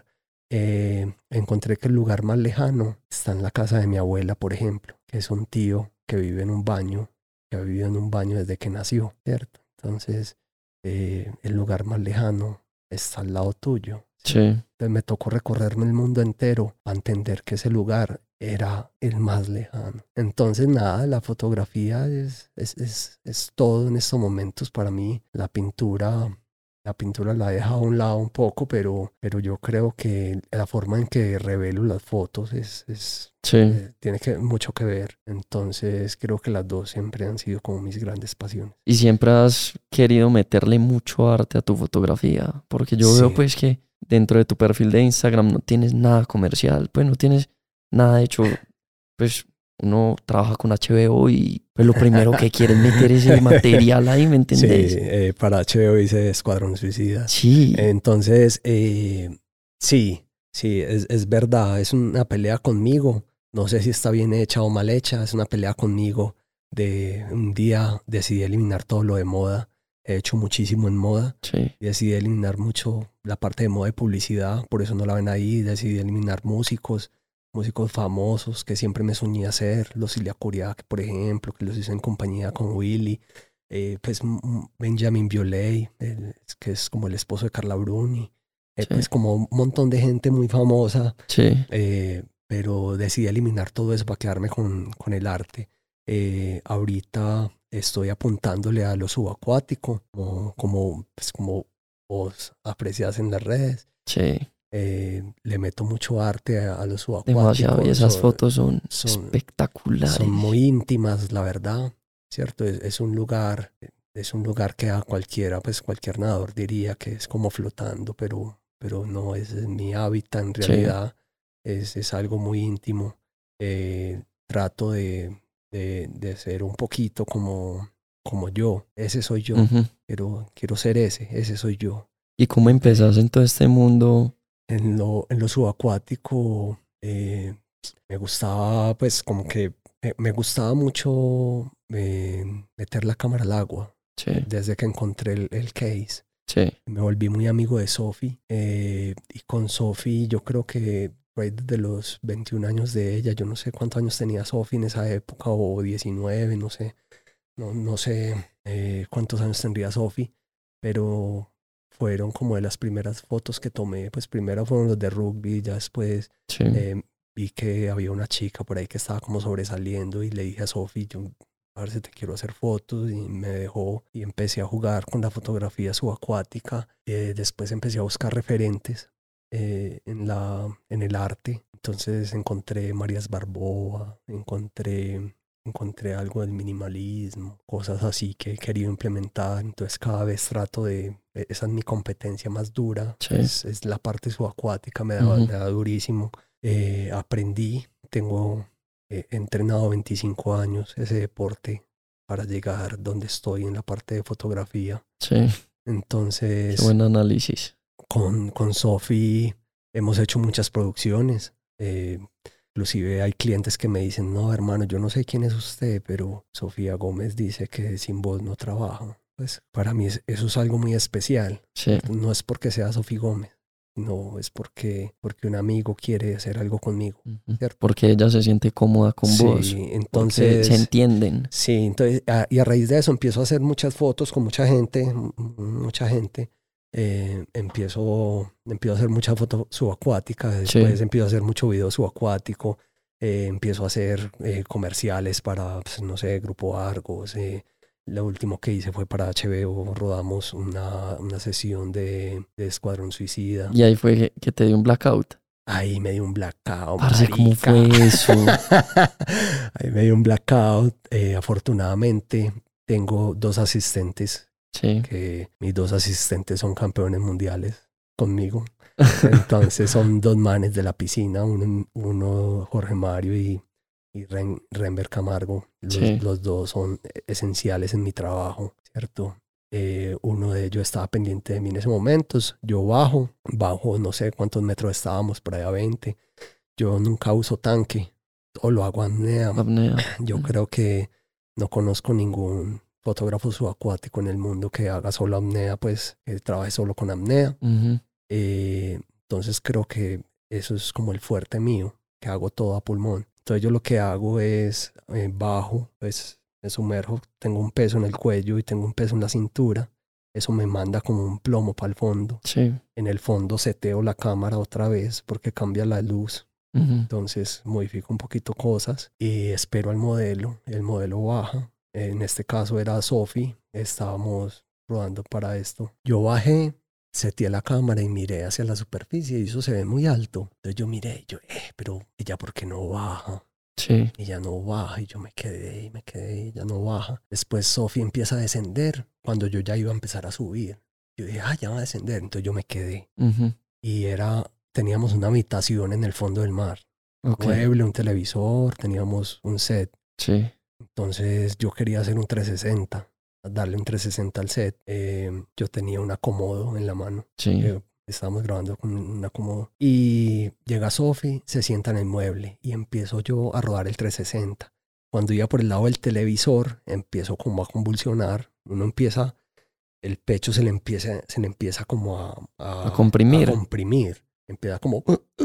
Eh, encontré que el lugar más lejano está en la casa de mi abuela, por ejemplo, que es un tío que vive en un baño, que ha vivido en un baño desde que nació, ¿cierto? Entonces, eh, el lugar más lejano está al lado tuyo. Sí. Entonces me tocó recorrerme el mundo entero para entender que ese lugar era el más lejano. Entonces nada, la fotografía es, es, es, es todo en estos momentos para mí. La pintura, la pintura la he dejado a un lado un poco, pero, pero yo creo que la forma en que revelo las fotos es, es Sí. eh, tiene que, mucho que ver. Entonces creo que las dos siempre han sido como mis grandes pasiones. Y siempre has querido meterle mucho arte a tu fotografía, porque yo Sí. veo pues que dentro de tu perfil de Instagram no tienes nada comercial, pues no tienes nada hecho, pues uno trabaja con H B O y pues lo primero que quiere es meter ese material ahí, ¿me entendés? Sí, eh, para H B O hice Escuadrón Suicida. Sí. Entonces, eh, sí, sí, es, es verdad, es una pelea conmigo. No sé si está bien hecha o mal hecha, es una pelea conmigo de un día decidí eliminar todo lo de moda. He hecho muchísimo en moda. Sí. Decidí eliminar mucho la parte de moda y publicidad, por eso no la ven ahí. Decidí eliminar músicos, músicos famosos que siempre me soñé hacer. Los Ilia Kuriak, por ejemplo, que los hice en compañía con Willy. Eh, pues Benjamin Biolay, el, que es como el esposo de Carla Bruni. Eh, Sí. Pues como un montón de gente muy famosa. Sí. Eh, pero decidí eliminar todo eso para quedarme con, con el arte. Eh, ahorita estoy apuntándole a lo subacuático, como, como, pues como vos aprecias en las redes. Sí. Eh, le meto mucho arte a, a lo subacuático. Demasiado. Y esas son, fotos son, son espectaculares. Son muy íntimas, la verdad, ¿cierto? Es, es un lugar, es un lugar que a cualquiera, pues cualquier nadador diría que es como flotando, pero, pero no es, es mi hábitat en realidad. Sí. Es, es algo muy íntimo. Eh, trato de, de, de ser un poquito como, como yo. Ese soy yo. Uh-huh. Quiero, quiero ser ese. Ese soy yo. ¿Y cómo empezaste en todo este mundo? En lo, en lo subacuático eh, me gustaba, pues como que me, me gustaba mucho eh, meter la cámara al agua. Sí. Desde que encontré el, el case. Sí. Me volví muy amigo de Sophie. Eh, y con Sophie yo creo que desde los veintiún años de ella, yo no sé cuántos años tenía Sophie en esa época, o diecinueve, no sé. No, no sé eh, cuántos años tendría Sophie, pero fueron como de las primeras fotos que tomé. Pues primero fueron los de rugby, ya después Sí. eh, vi que había una chica por ahí que estaba como sobresaliendo y le dije a Sophie, yo a ver si te quiero hacer fotos, y me dejó y empecé a jugar con la fotografía subacuática. Eh, después empecé a buscar referentes eh, en, la, en el arte. Entonces encontré Marías Barboa, encontré... encontré algo del minimalismo, cosas así que he querido implementar. Entonces cada vez trato de, esa es mi competencia más dura, Sí. es, es la parte subacuática, me da, Uh-huh. me da durísimo. Eh, aprendí, tengo eh, entrenado veinticinco años ese deporte para llegar donde estoy en la parte de fotografía. Sí. Entonces, qué buen análisis. Con, con Sophie hemos hecho muchas producciones. Eh, Inclusive hay clientes que me dicen, no, hermano, yo no sé quién es usted, pero Sofía Gómez dice que sin vos no trabaja. Pues para mí es, eso es algo muy especial. Sí. No es porque sea Sofía Gómez, no, es porque, porque un amigo quiere hacer algo conmigo. ¿Cierto? Porque ella se siente cómoda con sí, vos. Entonces, se entienden. Sí, entonces, a, y a raíz de eso empiezo a hacer muchas fotos con mucha gente, mucha gente. Eh, empiezo, empiezo a hacer mucha foto subacuática, después sí. empiezo a hacer mucho video subacuático, eh, empiezo a hacer eh, comerciales para, pues, no sé, Grupo Argos. Eh, lo último que hice fue para H B O, rodamos una, una sesión de, de Escuadrón Suicida. Y ahí fue que, que te dio un blackout. Ahí me dio un blackout. Parce, ¿cómo fue eso? Ahí me dio un blackout. Eh, afortunadamente tengo dos asistentes. Sí. Que mis dos asistentes son campeones mundiales conmigo. Entonces son dos manes de la piscina, uno, uno Jorge Mario y, y Ren, Renber Camargo. Los, sí. los dos son esenciales en mi trabajo, ¿cierto? Eh, uno de ellos estaba pendiente de mí en ese momento. Yo bajo, bajo no sé cuántos metros estábamos, por ahí a veinte. Yo nunca uso tanque, o lo hago apnea. apnea. Yo creo que no conozco ningún fotógrafo subacuático en el mundo que haga solo apnea, pues que trabaje solo con apnea. Uh-huh. Eh, entonces creo que eso es como el fuerte mío, que hago todo a pulmón. Entonces yo lo que hago es eh, bajo, pues me sumerjo, tengo un peso en el cuello y tengo un peso en la cintura. Eso me manda como un plomo para el fondo. Sí. En el fondo seteo la cámara otra vez porque cambia la luz. Ujú. Entonces modifico un poquito cosas y espero al modelo. El modelo baja. En este caso era Sophie. Estábamos rodando para esto. Yo bajé, seteé la cámara y miré hacia la superficie y eso se ve muy alto. Entonces yo miré y yo, eh, pero ella ¿por qué no baja? Sí. Ella no baja y yo me quedé y me quedé y ella no baja. Después Sophie empieza a descender cuando yo ya iba a empezar a subir. Yo dije, ah, ya va a descender. Entonces yo me quedé. Ujú. Y era, teníamos una habitación en el fondo del mar. Ok. Mueble, un televisor, teníamos un set. Sí. Entonces yo quería hacer un trescientos sesenta, darle un trescientos sesenta al set. Eh, yo tenía un acomodo en la mano. Sí. Eh, estábamos grabando con un acomodo. Y llega Sophie, se sienta en el mueble y empiezo yo a rodar el trescientos sesenta. Cuando iba por el lado del televisor, empiezo como a convulsionar. Uno empieza, el pecho se le empieza, se le empieza como a, a, A comprimir. a comprimir. Empieza como...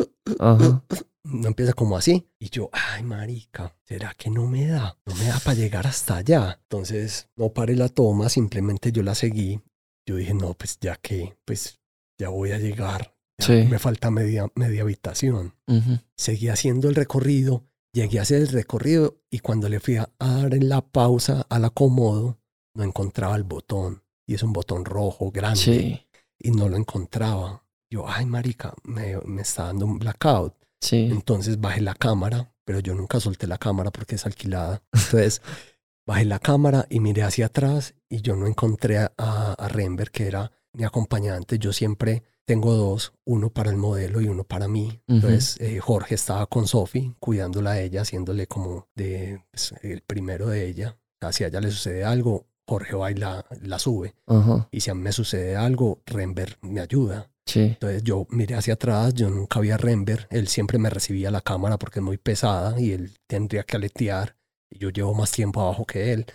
Ajá. No empieza como así. Y yo, ay, marica, ¿será que no me da? No me da para llegar hasta allá. Entonces, no paré la toma, simplemente yo la seguí. Yo dije, no, pues ya que, pues ya voy a llegar. Ya Sí. me falta media, media habitación. Ujú. Seguí haciendo el recorrido, llegué a hacer el recorrido y cuando le fui a dar en la pausa al acomodo, no encontraba el botón. Y es un botón rojo, grande. Sí. Y no lo encontraba. Yo, ay, marica, me, me está dando un blackout. Sí. Entonces bajé la cámara, pero yo nunca solté la cámara porque es alquilada. Entonces bajé la cámara y miré hacia atrás y yo no encontré a, a Renber, que era mi acompañante. Yo siempre tengo dos, uno para el modelo y uno para mí. Ujú. Entonces eh, Jorge estaba con Sophie, cuidándola a ella, haciéndole como de, pues, el primero de ella. O sea, si a ella le sucede algo, Jorge va y la, la sube. Ajá. Y si a mí me sucede algo, Renber me ayuda. Sí. Entonces yo miré hacia atrás, yo nunca vi a Renber, él siempre me recibía la cámara porque es muy pesada y él tendría que aletear y yo llevo más tiempo abajo que él.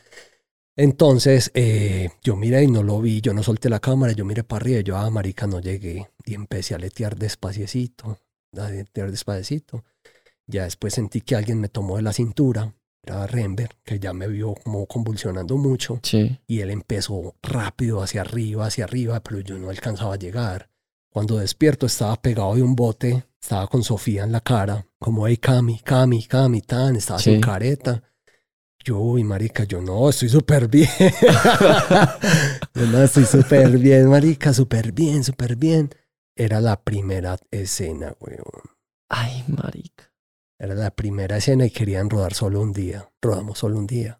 Entonces eh, yo miré y no lo vi, yo no solté la cámara, yo miré para arriba y yo, ah, marica, no llegué. Y empecé a aletear despaciecito, a aletear despaciecito. Ya después sentí que alguien me tomó de la cintura, era Renber, que ya me vio como convulsionando mucho. Sí. Y él empezó rápido hacia arriba, hacia arriba, pero yo no alcanzaba a llegar. Cuando despierto estaba pegado de un bote, estaba con Sofía en la cara, como, hey, Cami, Cami, Cami, tan, estaba Sí. sin careta. Yo, uy, marica, yo no, estoy súper bien. Yo no, estoy súper bien, marica, súper bien, súper bien. Era la primera escena, weón. Ay, marica. Era la primera escena y querían rodar solo un día. Rodamos solo un día.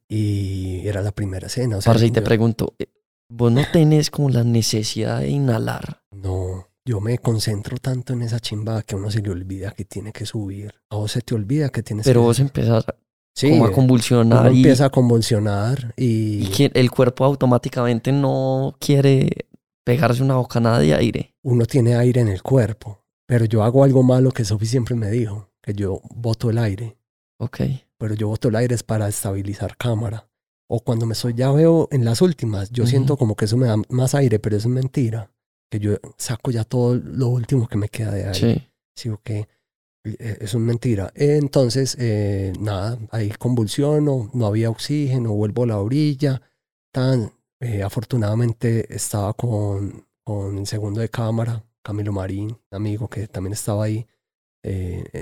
Y era la primera escena. O sea, Parce, y te yo- pregunto, eh, ¿vos no tenés como la necesidad de inhalar? No, yo me concentro tanto en esa chimba que a uno se le olvida que tiene que subir. A vos se te olvida que tienes Pero que... vos empezás sí, como a uno convulsionar y, empieza a convulsionar y, y que el cuerpo automáticamente no quiere pegarse una bocanada de aire. uno tiene aire en el cuerpo. Pero yo hago algo malo que Sofi siempre me dijo, que yo boto el aire. Ok. Pero yo boto el aire es para estabilizar cámara. O cuando me soy, ya veo en las últimas, yo Ujú. siento como que eso me da más aire, pero eso es mentira. Que yo saco ya todo lo último que me queda de aire. Sí. Sí, o que eh, eso es mentira. Entonces, eh, nada, ahí convulsiono, no había oxígeno, vuelvo a la orilla. Tan, eh, afortunadamente estaba con, con el segundo de cámara, Camilo Marín, amigo que también estaba ahí. Eh, eh,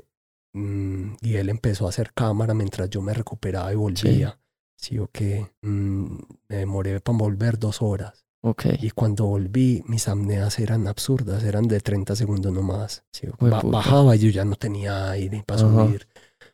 mm, y él empezó a hacer cámara mientras yo me recuperaba y volvía. Sí, o que mm, me demoré para volver dos horas. Ok. Y cuando volví, mis apneas eran absurdas, eran de treinta segundos nomás. Sí, Jue ba- puta. bajaba y yo ya no tenía aire para Ajá. subir.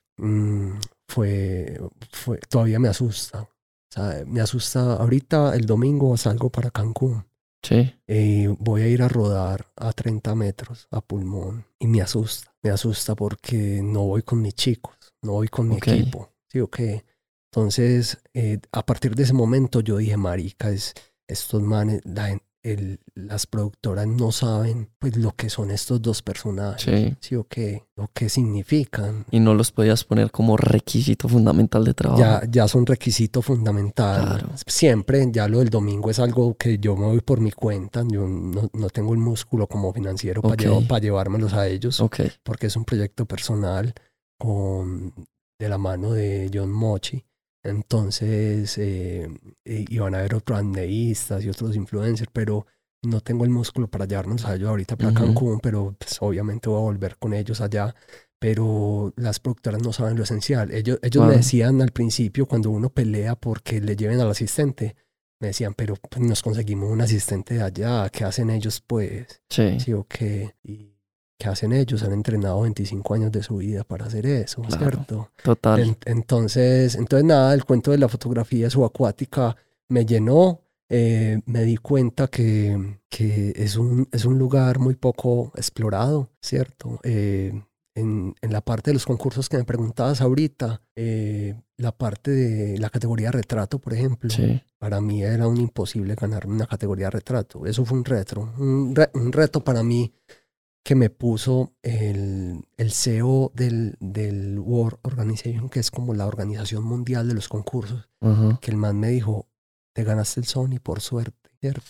Mm, fue, fue, todavía me asusta. O sea, me asusta. Ahorita el domingo salgo para Cancún Sí. y voy a ir a rodar a treinta metros a pulmón. Y me asusta. Me asusta porque no voy con mis chicos, no voy con mi Ok. equipo. Sí, ok. Entonces, eh, a partir de ese momento yo dije, marica, es, estos manes, la- el- las productoras no saben pues lo que son estos dos personajes. Sí. Sí, o qué, lo que significan. Y no los podías poner como requisito fundamental de trabajo. Ya, ya son requisito fundamental. Claro. Siempre, ya lo del domingo es algo que yo me voy por mi cuenta. Yo no, no tengo el músculo como financiero para Ok. llevar, llevármelos a ellos, Ok. porque es un proyecto personal con, de la mano de John Mochi. Entonces, eh, eh, iban a haber otros andeístas y otros influencers, pero no tengo el músculo para llevármelos a ellos ahorita para Ujú. Cancún, pero pues, obviamente voy a volver con ellos allá. pero las productoras no saben lo esencial. Ellos, ellos Claro. me decían al principio, cuando uno pelea porque le lleven al asistente, me decían, pero pues, nos conseguimos un asistente de allá, ¿qué hacen ellos pues? Sí, Sí, o qué, y ¿qué hacen ellos? Han entrenado veinticinco años de su vida para hacer eso, Claro. ¿cierto? total. En- entonces, entonces nada, el cuento de la fotografía subacuática me llenó. Eh, me di cuenta que, que es un, es un lugar muy poco explorado, ¿cierto? Eh, en, en la parte de los concursos que me preguntabas ahorita, eh, la parte de la categoría retrato, por ejemplo, Sí, para mí era un imposible ganarme una categoría retrato. Eso fue un reto, un, re- un reto para mí que me puso el, el C E O del, del World Organization, que es como la organización mundial de los concursos, ajá. que el man me dijo, te ganaste el Sony por suerte, ¿cierto?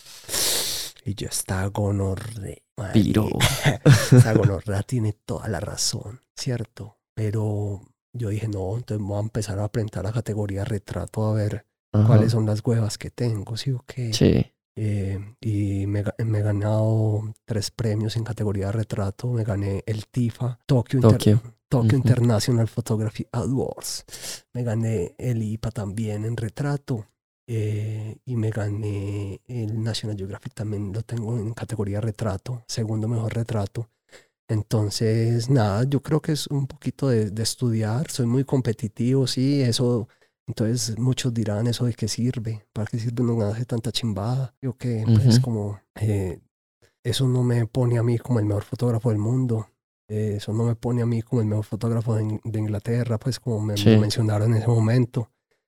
Y yo, esta gonorrea, Piro. esta gonorrea tiene toda la razón, ¿cierto? Pero yo dije, no, entonces voy a empezar a aprender la categoría retrato a ver Ajá. cuáles son las huevas que tengo, ¿sí o qué? Sí, Eh, y me, ga- me he ganado tres premios en categoría retrato. Me gané el TIFA, Tokyo, Inter- Tokio. Tokyo Ujú. International Photography Awards. Me gané el I P A también en retrato. Eh, y me gané el National Geographic también, lo tengo en categoría retrato, segundo mejor retrato. Entonces, nada, yo creo que es un poquito de, de estudiar. Soy muy competitivo, sí, eso. Entonces muchos dirán eso de qué sirve, para qué sirve uno ganarse tanta chimbada. Yo que pues Ujú. como eh, eso no me pone a mí como el mejor fotógrafo del mundo. Eh, eso no me pone a mí como el mejor fotógrafo de, In- de Inglaterra, pues como me lo Sí, mencionaron en ese momento.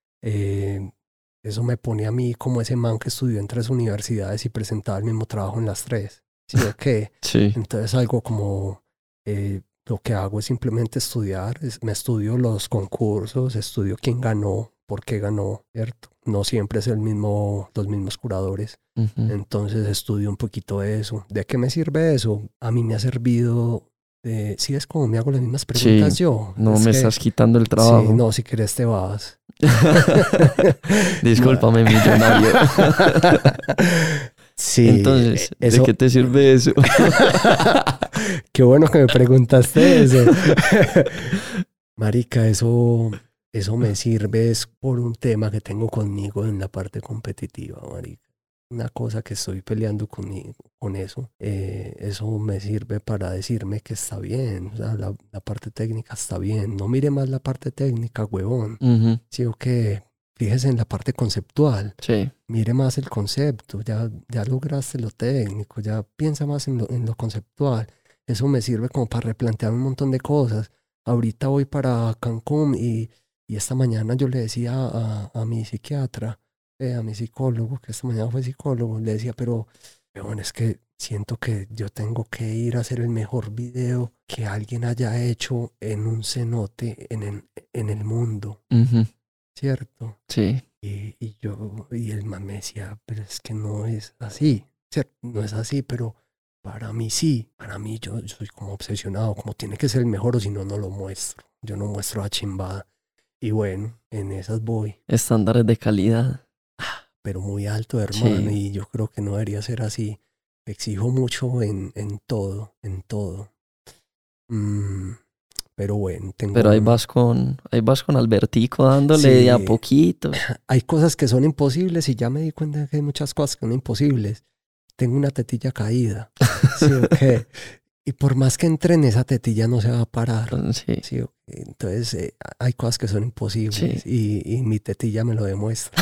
Eh, eso me pone a mí como ese man que estudió en tres universidades y presentaba el mismo trabajo en las tres. ¿Sí o qué? sí, Entonces algo como eh, lo que hago es simplemente estudiar, es- me estudio los concursos, estudio quién ganó, por qué ganó, ¿cierto? No siempre es el mismo, los mismos curadores. ujú. Entonces estudio un poquito de eso. ¿De qué me sirve eso? A mí me ha servido, de, si es como me hago las mismas preguntas Sí, yo. no Es me que, estás quitando el sí, trabajo. no, si quieres te vas. Discúlpame, millonario. Sí, Entonces, ¿de eso. qué te sirve eso? Qué bueno que me preguntaste eso. Marica, eso, eso me sirve es por un tema que tengo conmigo en la parte competitiva, marica. Una cosa que estoy peleando conmigo, con eso. Eh, eso me sirve para decirme que está bien. O sea, la, la parte técnica está bien. No mire más la parte técnica, huevón. Ujú. Sí o qué. Fíjese en la parte conceptual. Sí, Mire más el concepto, ya, ya lograste lo técnico, ya piensa más en lo, en lo conceptual. Eso me sirve como para replantear un montón de cosas. Ahorita voy para Cancún y, y esta mañana yo le decía a, a mi psiquiatra, eh, a mi psicólogo, que esta mañana fue psicólogo, le decía, pero bueno, es que siento que yo tengo que ir a hacer el mejor video que alguien haya hecho en un cenote en el, en el mundo, ujú. ¿cierto? Sí, Y, y yo, y el man me decía, pero es que no es así, ¿cierto? No es así, pero para mí sí, para mí yo, yo soy como obsesionado, como tiene que ser el mejor o si no, no lo muestro. Yo no muestro la chimbada. Y bueno, en esas voy, estándares de calidad. pero muy alto, hermano, Sí, y yo creo que no debería ser así. Exijo mucho en, en todo, en todo. Mm, pero bueno, tengo pero ahí un... vas con, ahí vas con Albertico dándole de a Sí, poquito. hay cosas que son imposibles y ya me di cuenta de que hay muchas cosas que son imposibles. Tengo una tetilla caída. Sí, ok. Y por más que entrene, esa tetilla no se va a parar. Sí, Sí, ok. Entonces, eh, hay cosas que son imposibles sí. y, y mi tetilla me lo demuestra.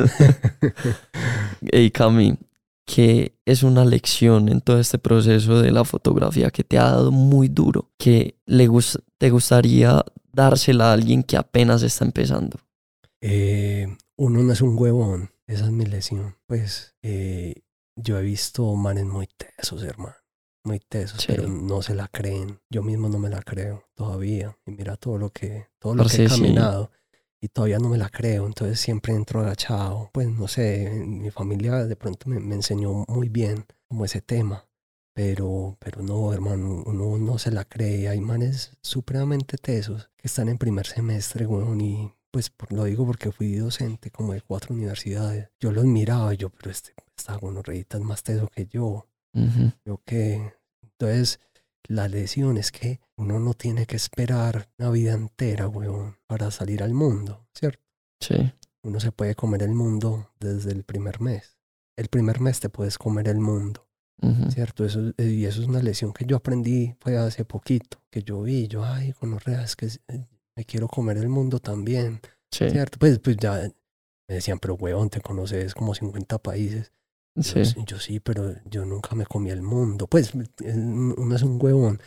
Hey, Cami, ¿qué es una lección en todo este proceso de la fotografía que te ha dado muy duro, que le gus- te gustaría dársela a alguien que apenas está empezando? Eh, uno no es un huevón. Esa es mi lección. Pues eh, yo he visto manes muy tesos, hermano. Muy tesos, Sí, pero no se la creen. Yo mismo no me la creo todavía. Y mira todo lo que, todo lo que he parce, sí. caminado. Y todavía no me la creo. Entonces siempre entro agachado. Pues no sé, mi familia de pronto me, me enseñó muy bien como ese tema. Pero, pero no, hermano, uno no se la cree. Hay manes supremamente tesos que están en primer semestre, weón, y pues por- lo digo porque fui docente como de cuatro universidades. Yo los miraba y yo, pero este, esta gonorreíta es más teso que yo. Ujú. Yo que, entonces, la lesión es que uno no tiene que esperar una vida entera, weón, para salir al mundo, ¿cierto? Sí. Uno se puede comer el mundo desde el primer mes. El primer mes te puedes comer el mundo, Uh-huh. ¿cierto? Eso, y eso es una lesión que yo aprendí fue hace poquito, que yo vi, yo, ay, gonorrea, es que me quiero comer el mundo también, Sí. ¿cierto? Pues, pues ya me decían, pero huevón, te conoces como cincuenta países. Sí. Yo, yo sí, pero yo nunca me comí el mundo. Pues uno es un huevón.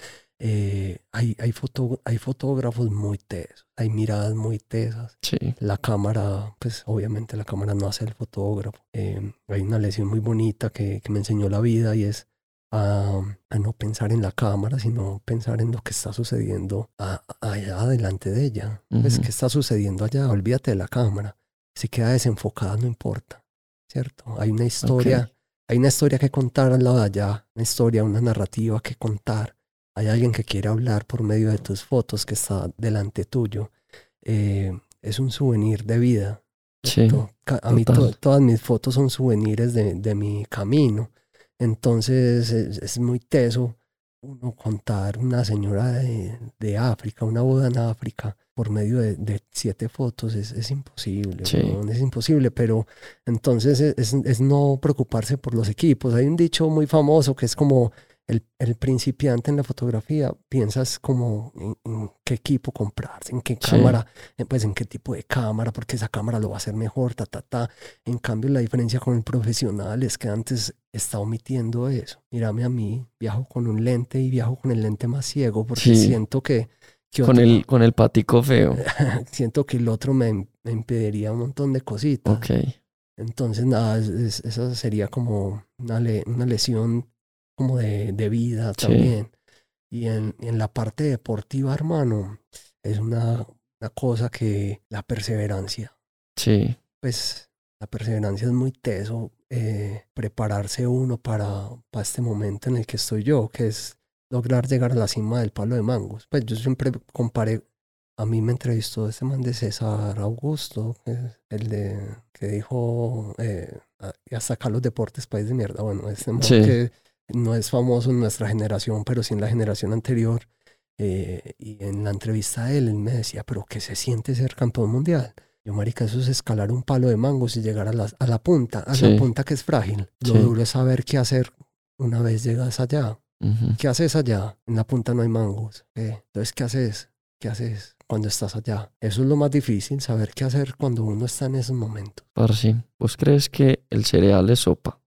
Eh, hay, hay, foto, hay fotógrafos muy tesos, hay miradas muy tesas. Sí. La cámara, pues obviamente la cámara no hace el fotógrafo. Eh, hay una lección muy bonita que, que me enseñó la vida y es a, a no pensar en la cámara, sino pensar en lo que está sucediendo a, allá delante de ella. Uh-huh. Pues, ¿qué está sucediendo allá? Olvídate de la cámara. Si queda desenfocada, no importa, ¿cierto? Hay una historia, okay. hay una historia que contar al lado de allá, una historia, una narrativa que contar. Hay alguien que quiere hablar por medio de tus fotos que está delante tuyo. Eh, es un souvenir de vida. Sí, a mí to, todas mis fotos son souvenirs de, de mi camino. Entonces es, es muy teso uno contar una señora de, de África, una boda en África, por medio de, de siete fotos. Es, es imposible, sí. ¿no? Es imposible, pero entonces es, es, es no preocuparse por los equipos. Hay un dicho muy famoso que es como el, el principiante en la fotografía, piensas como en, en qué equipo comprar, en qué sí. cámara, pues en qué tipo de cámara, porque esa cámara lo va a hacer mejor, ta, ta, ta. En cambio, la diferencia con el profesional es que antes está omitiendo eso. Mírame a mí, viajo con un lente y viajo con el lente más ciego porque sí. siento que... que con, otro, el, con el patico feo. siento que el otro me, me impediría un montón de cositas. Ok. Entonces, nada, es, es, esa sería como una, le, una lesión como de, de vida también. Sí. Y en, en la parte deportiva, hermano, es una, una cosa que la perseverancia. Sí. Pues la perseverancia es muy teso, eh, prepararse uno para, para este momento en el que estoy yo, que es lograr llegar a la cima del palo de mangos. Pues yo siempre comparé, a mí me entrevistó este man de César Augusto, que es el de, que dijo, eh, hasta acá los deportes, país de mierda. Bueno, este man sí. que no es famoso en nuestra generación, pero sí en la generación anterior. Eh, y en la entrevista a él, él me decía, pero ¿qué se siente ser campeón mundial? Yo, marica, eso es escalar un palo de mangos y llegar a la, a la punta, a sí. la punta que es frágil. Lo sí. duro es saber qué hacer una vez llegas allá. Uh-huh. ¿Qué haces allá? En la punta no hay mangos. ¿Eh? Entonces, ¿qué haces? ¿Qué haces cuando estás allá? Eso es lo más difícil, saber qué hacer cuando uno está en esos momentos. Parce, ¿vos crees que el cereal es sopa?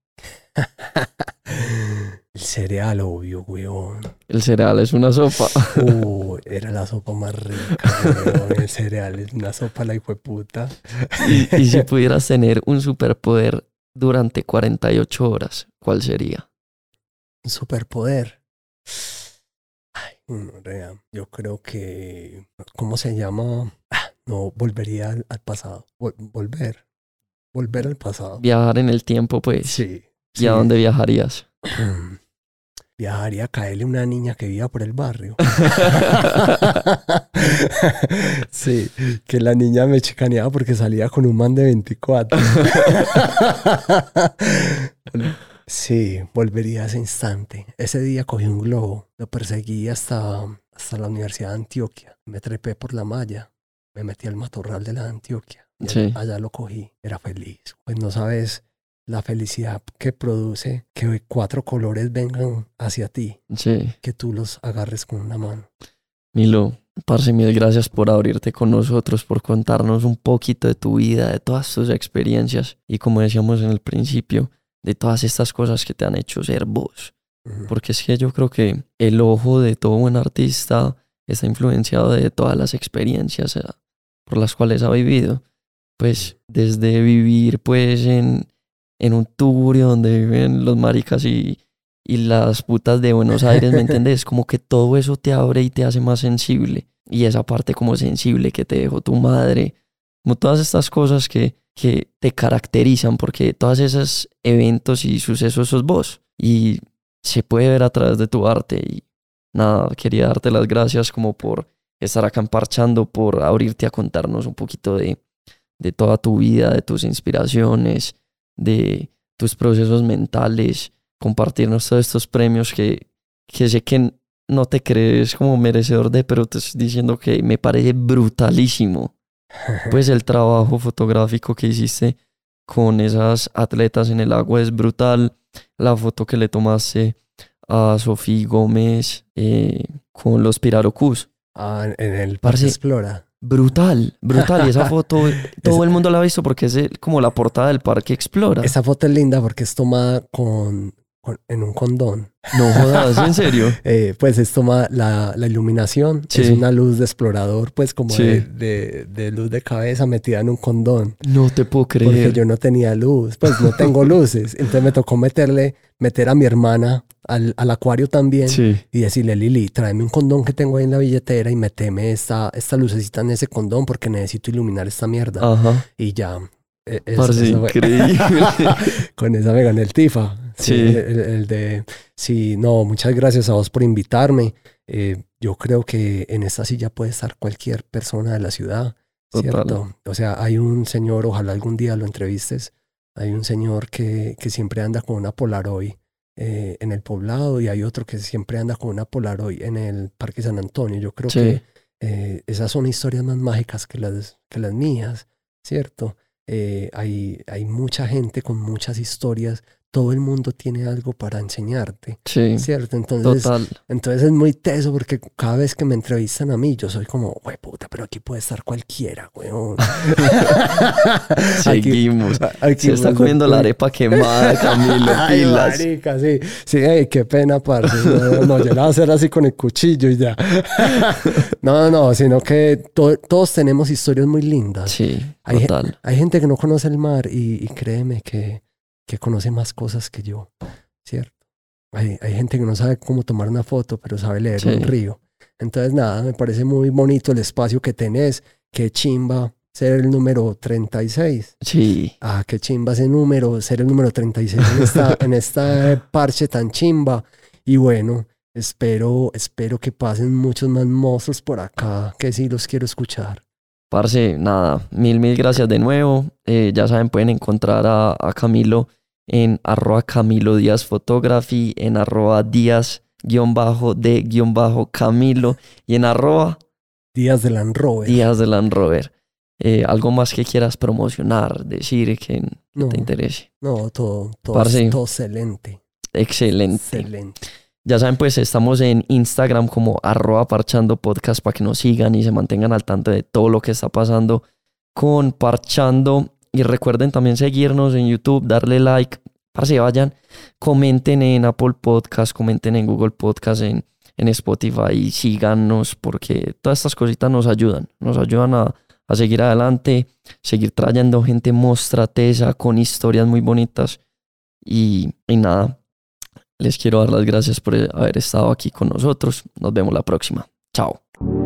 El cereal, obvio, weón. El cereal es una sopa. Uh, era la sopa más rica, weón. El cereal es una sopa, la hijueputa. Y, y si pudieras tener un superpoder durante cuarenta y ocho horas, ¿cuál sería? Un superpoder. Ay, no, rea. Yo creo que... ¿Cómo se llama? Ah, no, volvería al, al pasado. Vol- volver. Volver al pasado. Viajar en el tiempo, pues. Sí. ¿Y sí. a dónde viajarías? Viajaría a caerle una niña que vivía por el barrio. Sí, que la niña me chicaneaba porque salía con un man de veinticuatro. Sí, volvería a ese instante. Ese día cogí un globo, lo perseguí hasta, hasta la Universidad de Antioquia. Me trepé por la malla, me metí al matorral de la de Antioquia. Y sí. allá, allá lo cogí, era feliz. Pues no sabes la felicidad que produce que cuatro colores vengan hacia ti. Sí. Que tú los agarres con una mano. Milo, parce, mil gracias por abrirte con nosotros, por contarnos un poquito de tu vida, de todas tus experiencias y, como decíamos en el principio, de todas estas cosas que te han hecho ser vos. Uh-huh. Porque es que yo creo que el ojo de todo buen artista está influenciado de todas las experiencias eh, por las cuales ha vivido. Pues desde vivir pues en, en un tuburio donde viven los maricas y, y las putas de Buenos Aires, ¿me entendés? Como que todo eso te abre y te hace más sensible. Y esa parte como sensible que te dejó tu madre, como todas estas cosas que, que te caracterizan, porque todos esos eventos y sucesos sos vos. Y se puede ver a través de tu arte. Y nada, quería darte las gracias como por estar acá emparchando, por abrirte a contarnos un poquito de, de toda tu vida, de tus inspiraciones, de tus procesos mentales, compartirnos todos estos premios que, que sé que no te crees como merecedor de, pero te estoy diciendo que me parece brutalísimo. Pues el trabajo fotográfico que hiciste con esas atletas en el agua es brutal. La foto que le tomaste a Sofía Gómez eh, con los Pirarucús. Ah, en el Parque Parce, Explora. Brutal, brutal. Y esa foto todo el mundo la ha visto porque es el- como la portada del Parque Explora. Esa foto es linda porque es tomada con, con- en un condón. No jodas, ¿en serio? Eh, pues es toma la, la iluminación, Sí. es una luz de explorador, pues como Sí. de, de- de luz de cabeza metida en un condón. No te puedo Porque creer. yo no tenía luz, pues no tengo luces. Entonces me tocó meterle, meter a mi hermana al, al acuario también Sí. y decirle, Lili, tráeme un condón que tengo ahí en la billetera y meteme esta, esta lucecita en ese condón porque necesito iluminar esta mierda. Ajá. Y ya. eh, es- Parce, eso fue. increíble. Con esa me gané el Tifa. Sí. Sí. El, el de, sí, no, muchas gracias a vos por invitarme. Eh, yo creo que en esta silla puede estar cualquier persona de la ciudad, ¿cierto? Total. O sea, hay un señor, ojalá algún día lo entrevistes, hay un señor que, que siempre anda con una Polaroid eh, en el poblado y hay otro que siempre anda con una Polaroid en el Parque San Antonio. Yo creo Sí. que eh, esas son historias más mágicas que las, que las mías, ¿cierto? Eh, hay, hay mucha gente con muchas historias, todo el mundo tiene algo para enseñarte, Sí. ¿cierto? Entonces, Total. entonces es muy teso porque cada vez que me entrevistan a mí, yo soy como, güey, puta, pero aquí puede estar cualquiera, weón. Aquí- Seguimos. aquí Se está puede comiendo estar la arepa quemada, Camilo. Ay, Pilas. marica, sí. Sí, ey, qué pena, parce. No, no, yo la voy a hacer así con el cuchillo y ya. No, no, sino que to- todos tenemos historias muy lindas. Sí, Hay, ge- total. hay gente que no conoce el mar y, y créeme que, que conoce más cosas que yo, ¿cierto? Hay, hay gente que no sabe cómo tomar una foto, pero sabe leer Sí. un río. Entonces, nada, me parece muy bonito el espacio que tenés. Qué chimba ser el número treinta y seis. Sí. Ah, qué chimba ese número, ser el número treinta y seis en esta, en esta parche tan chimba. Y bueno, espero, espero que pasen muchos más monstruos por acá, que sí los quiero escuchar. Parce, nada, mil, mil gracias de nuevo. Eh, ya saben, pueden encontrar a, a Camilo en arroba Camilo Díaz Photography, en arroba Díaz guión bajo de guión bajo Camilo y en arroba Días de Land Rover. Díaz de Land Rover. Eh, algo más que quieras promocionar, decir que No, te interese. no, todo, todo, Parce. todo excelente. Excelente. Excelente. Ya saben, pues estamos en Instagram como arroba parchando podcast para que nos sigan y se mantengan al tanto de todo lo que está pasando con Parchando. Y recuerden también seguirnos en YouTube, darle like, para que vayan, comenten en Apple Podcast, comenten en Google Podcast, en, en Spotify y síganos porque todas estas cositas nos ayudan, nos ayudan a, a seguir adelante, seguir trayendo gente mostratesa con historias muy bonitas y, y nada. Les quiero dar las gracias por haber estado aquí con nosotros. Nos vemos la próxima. Chao.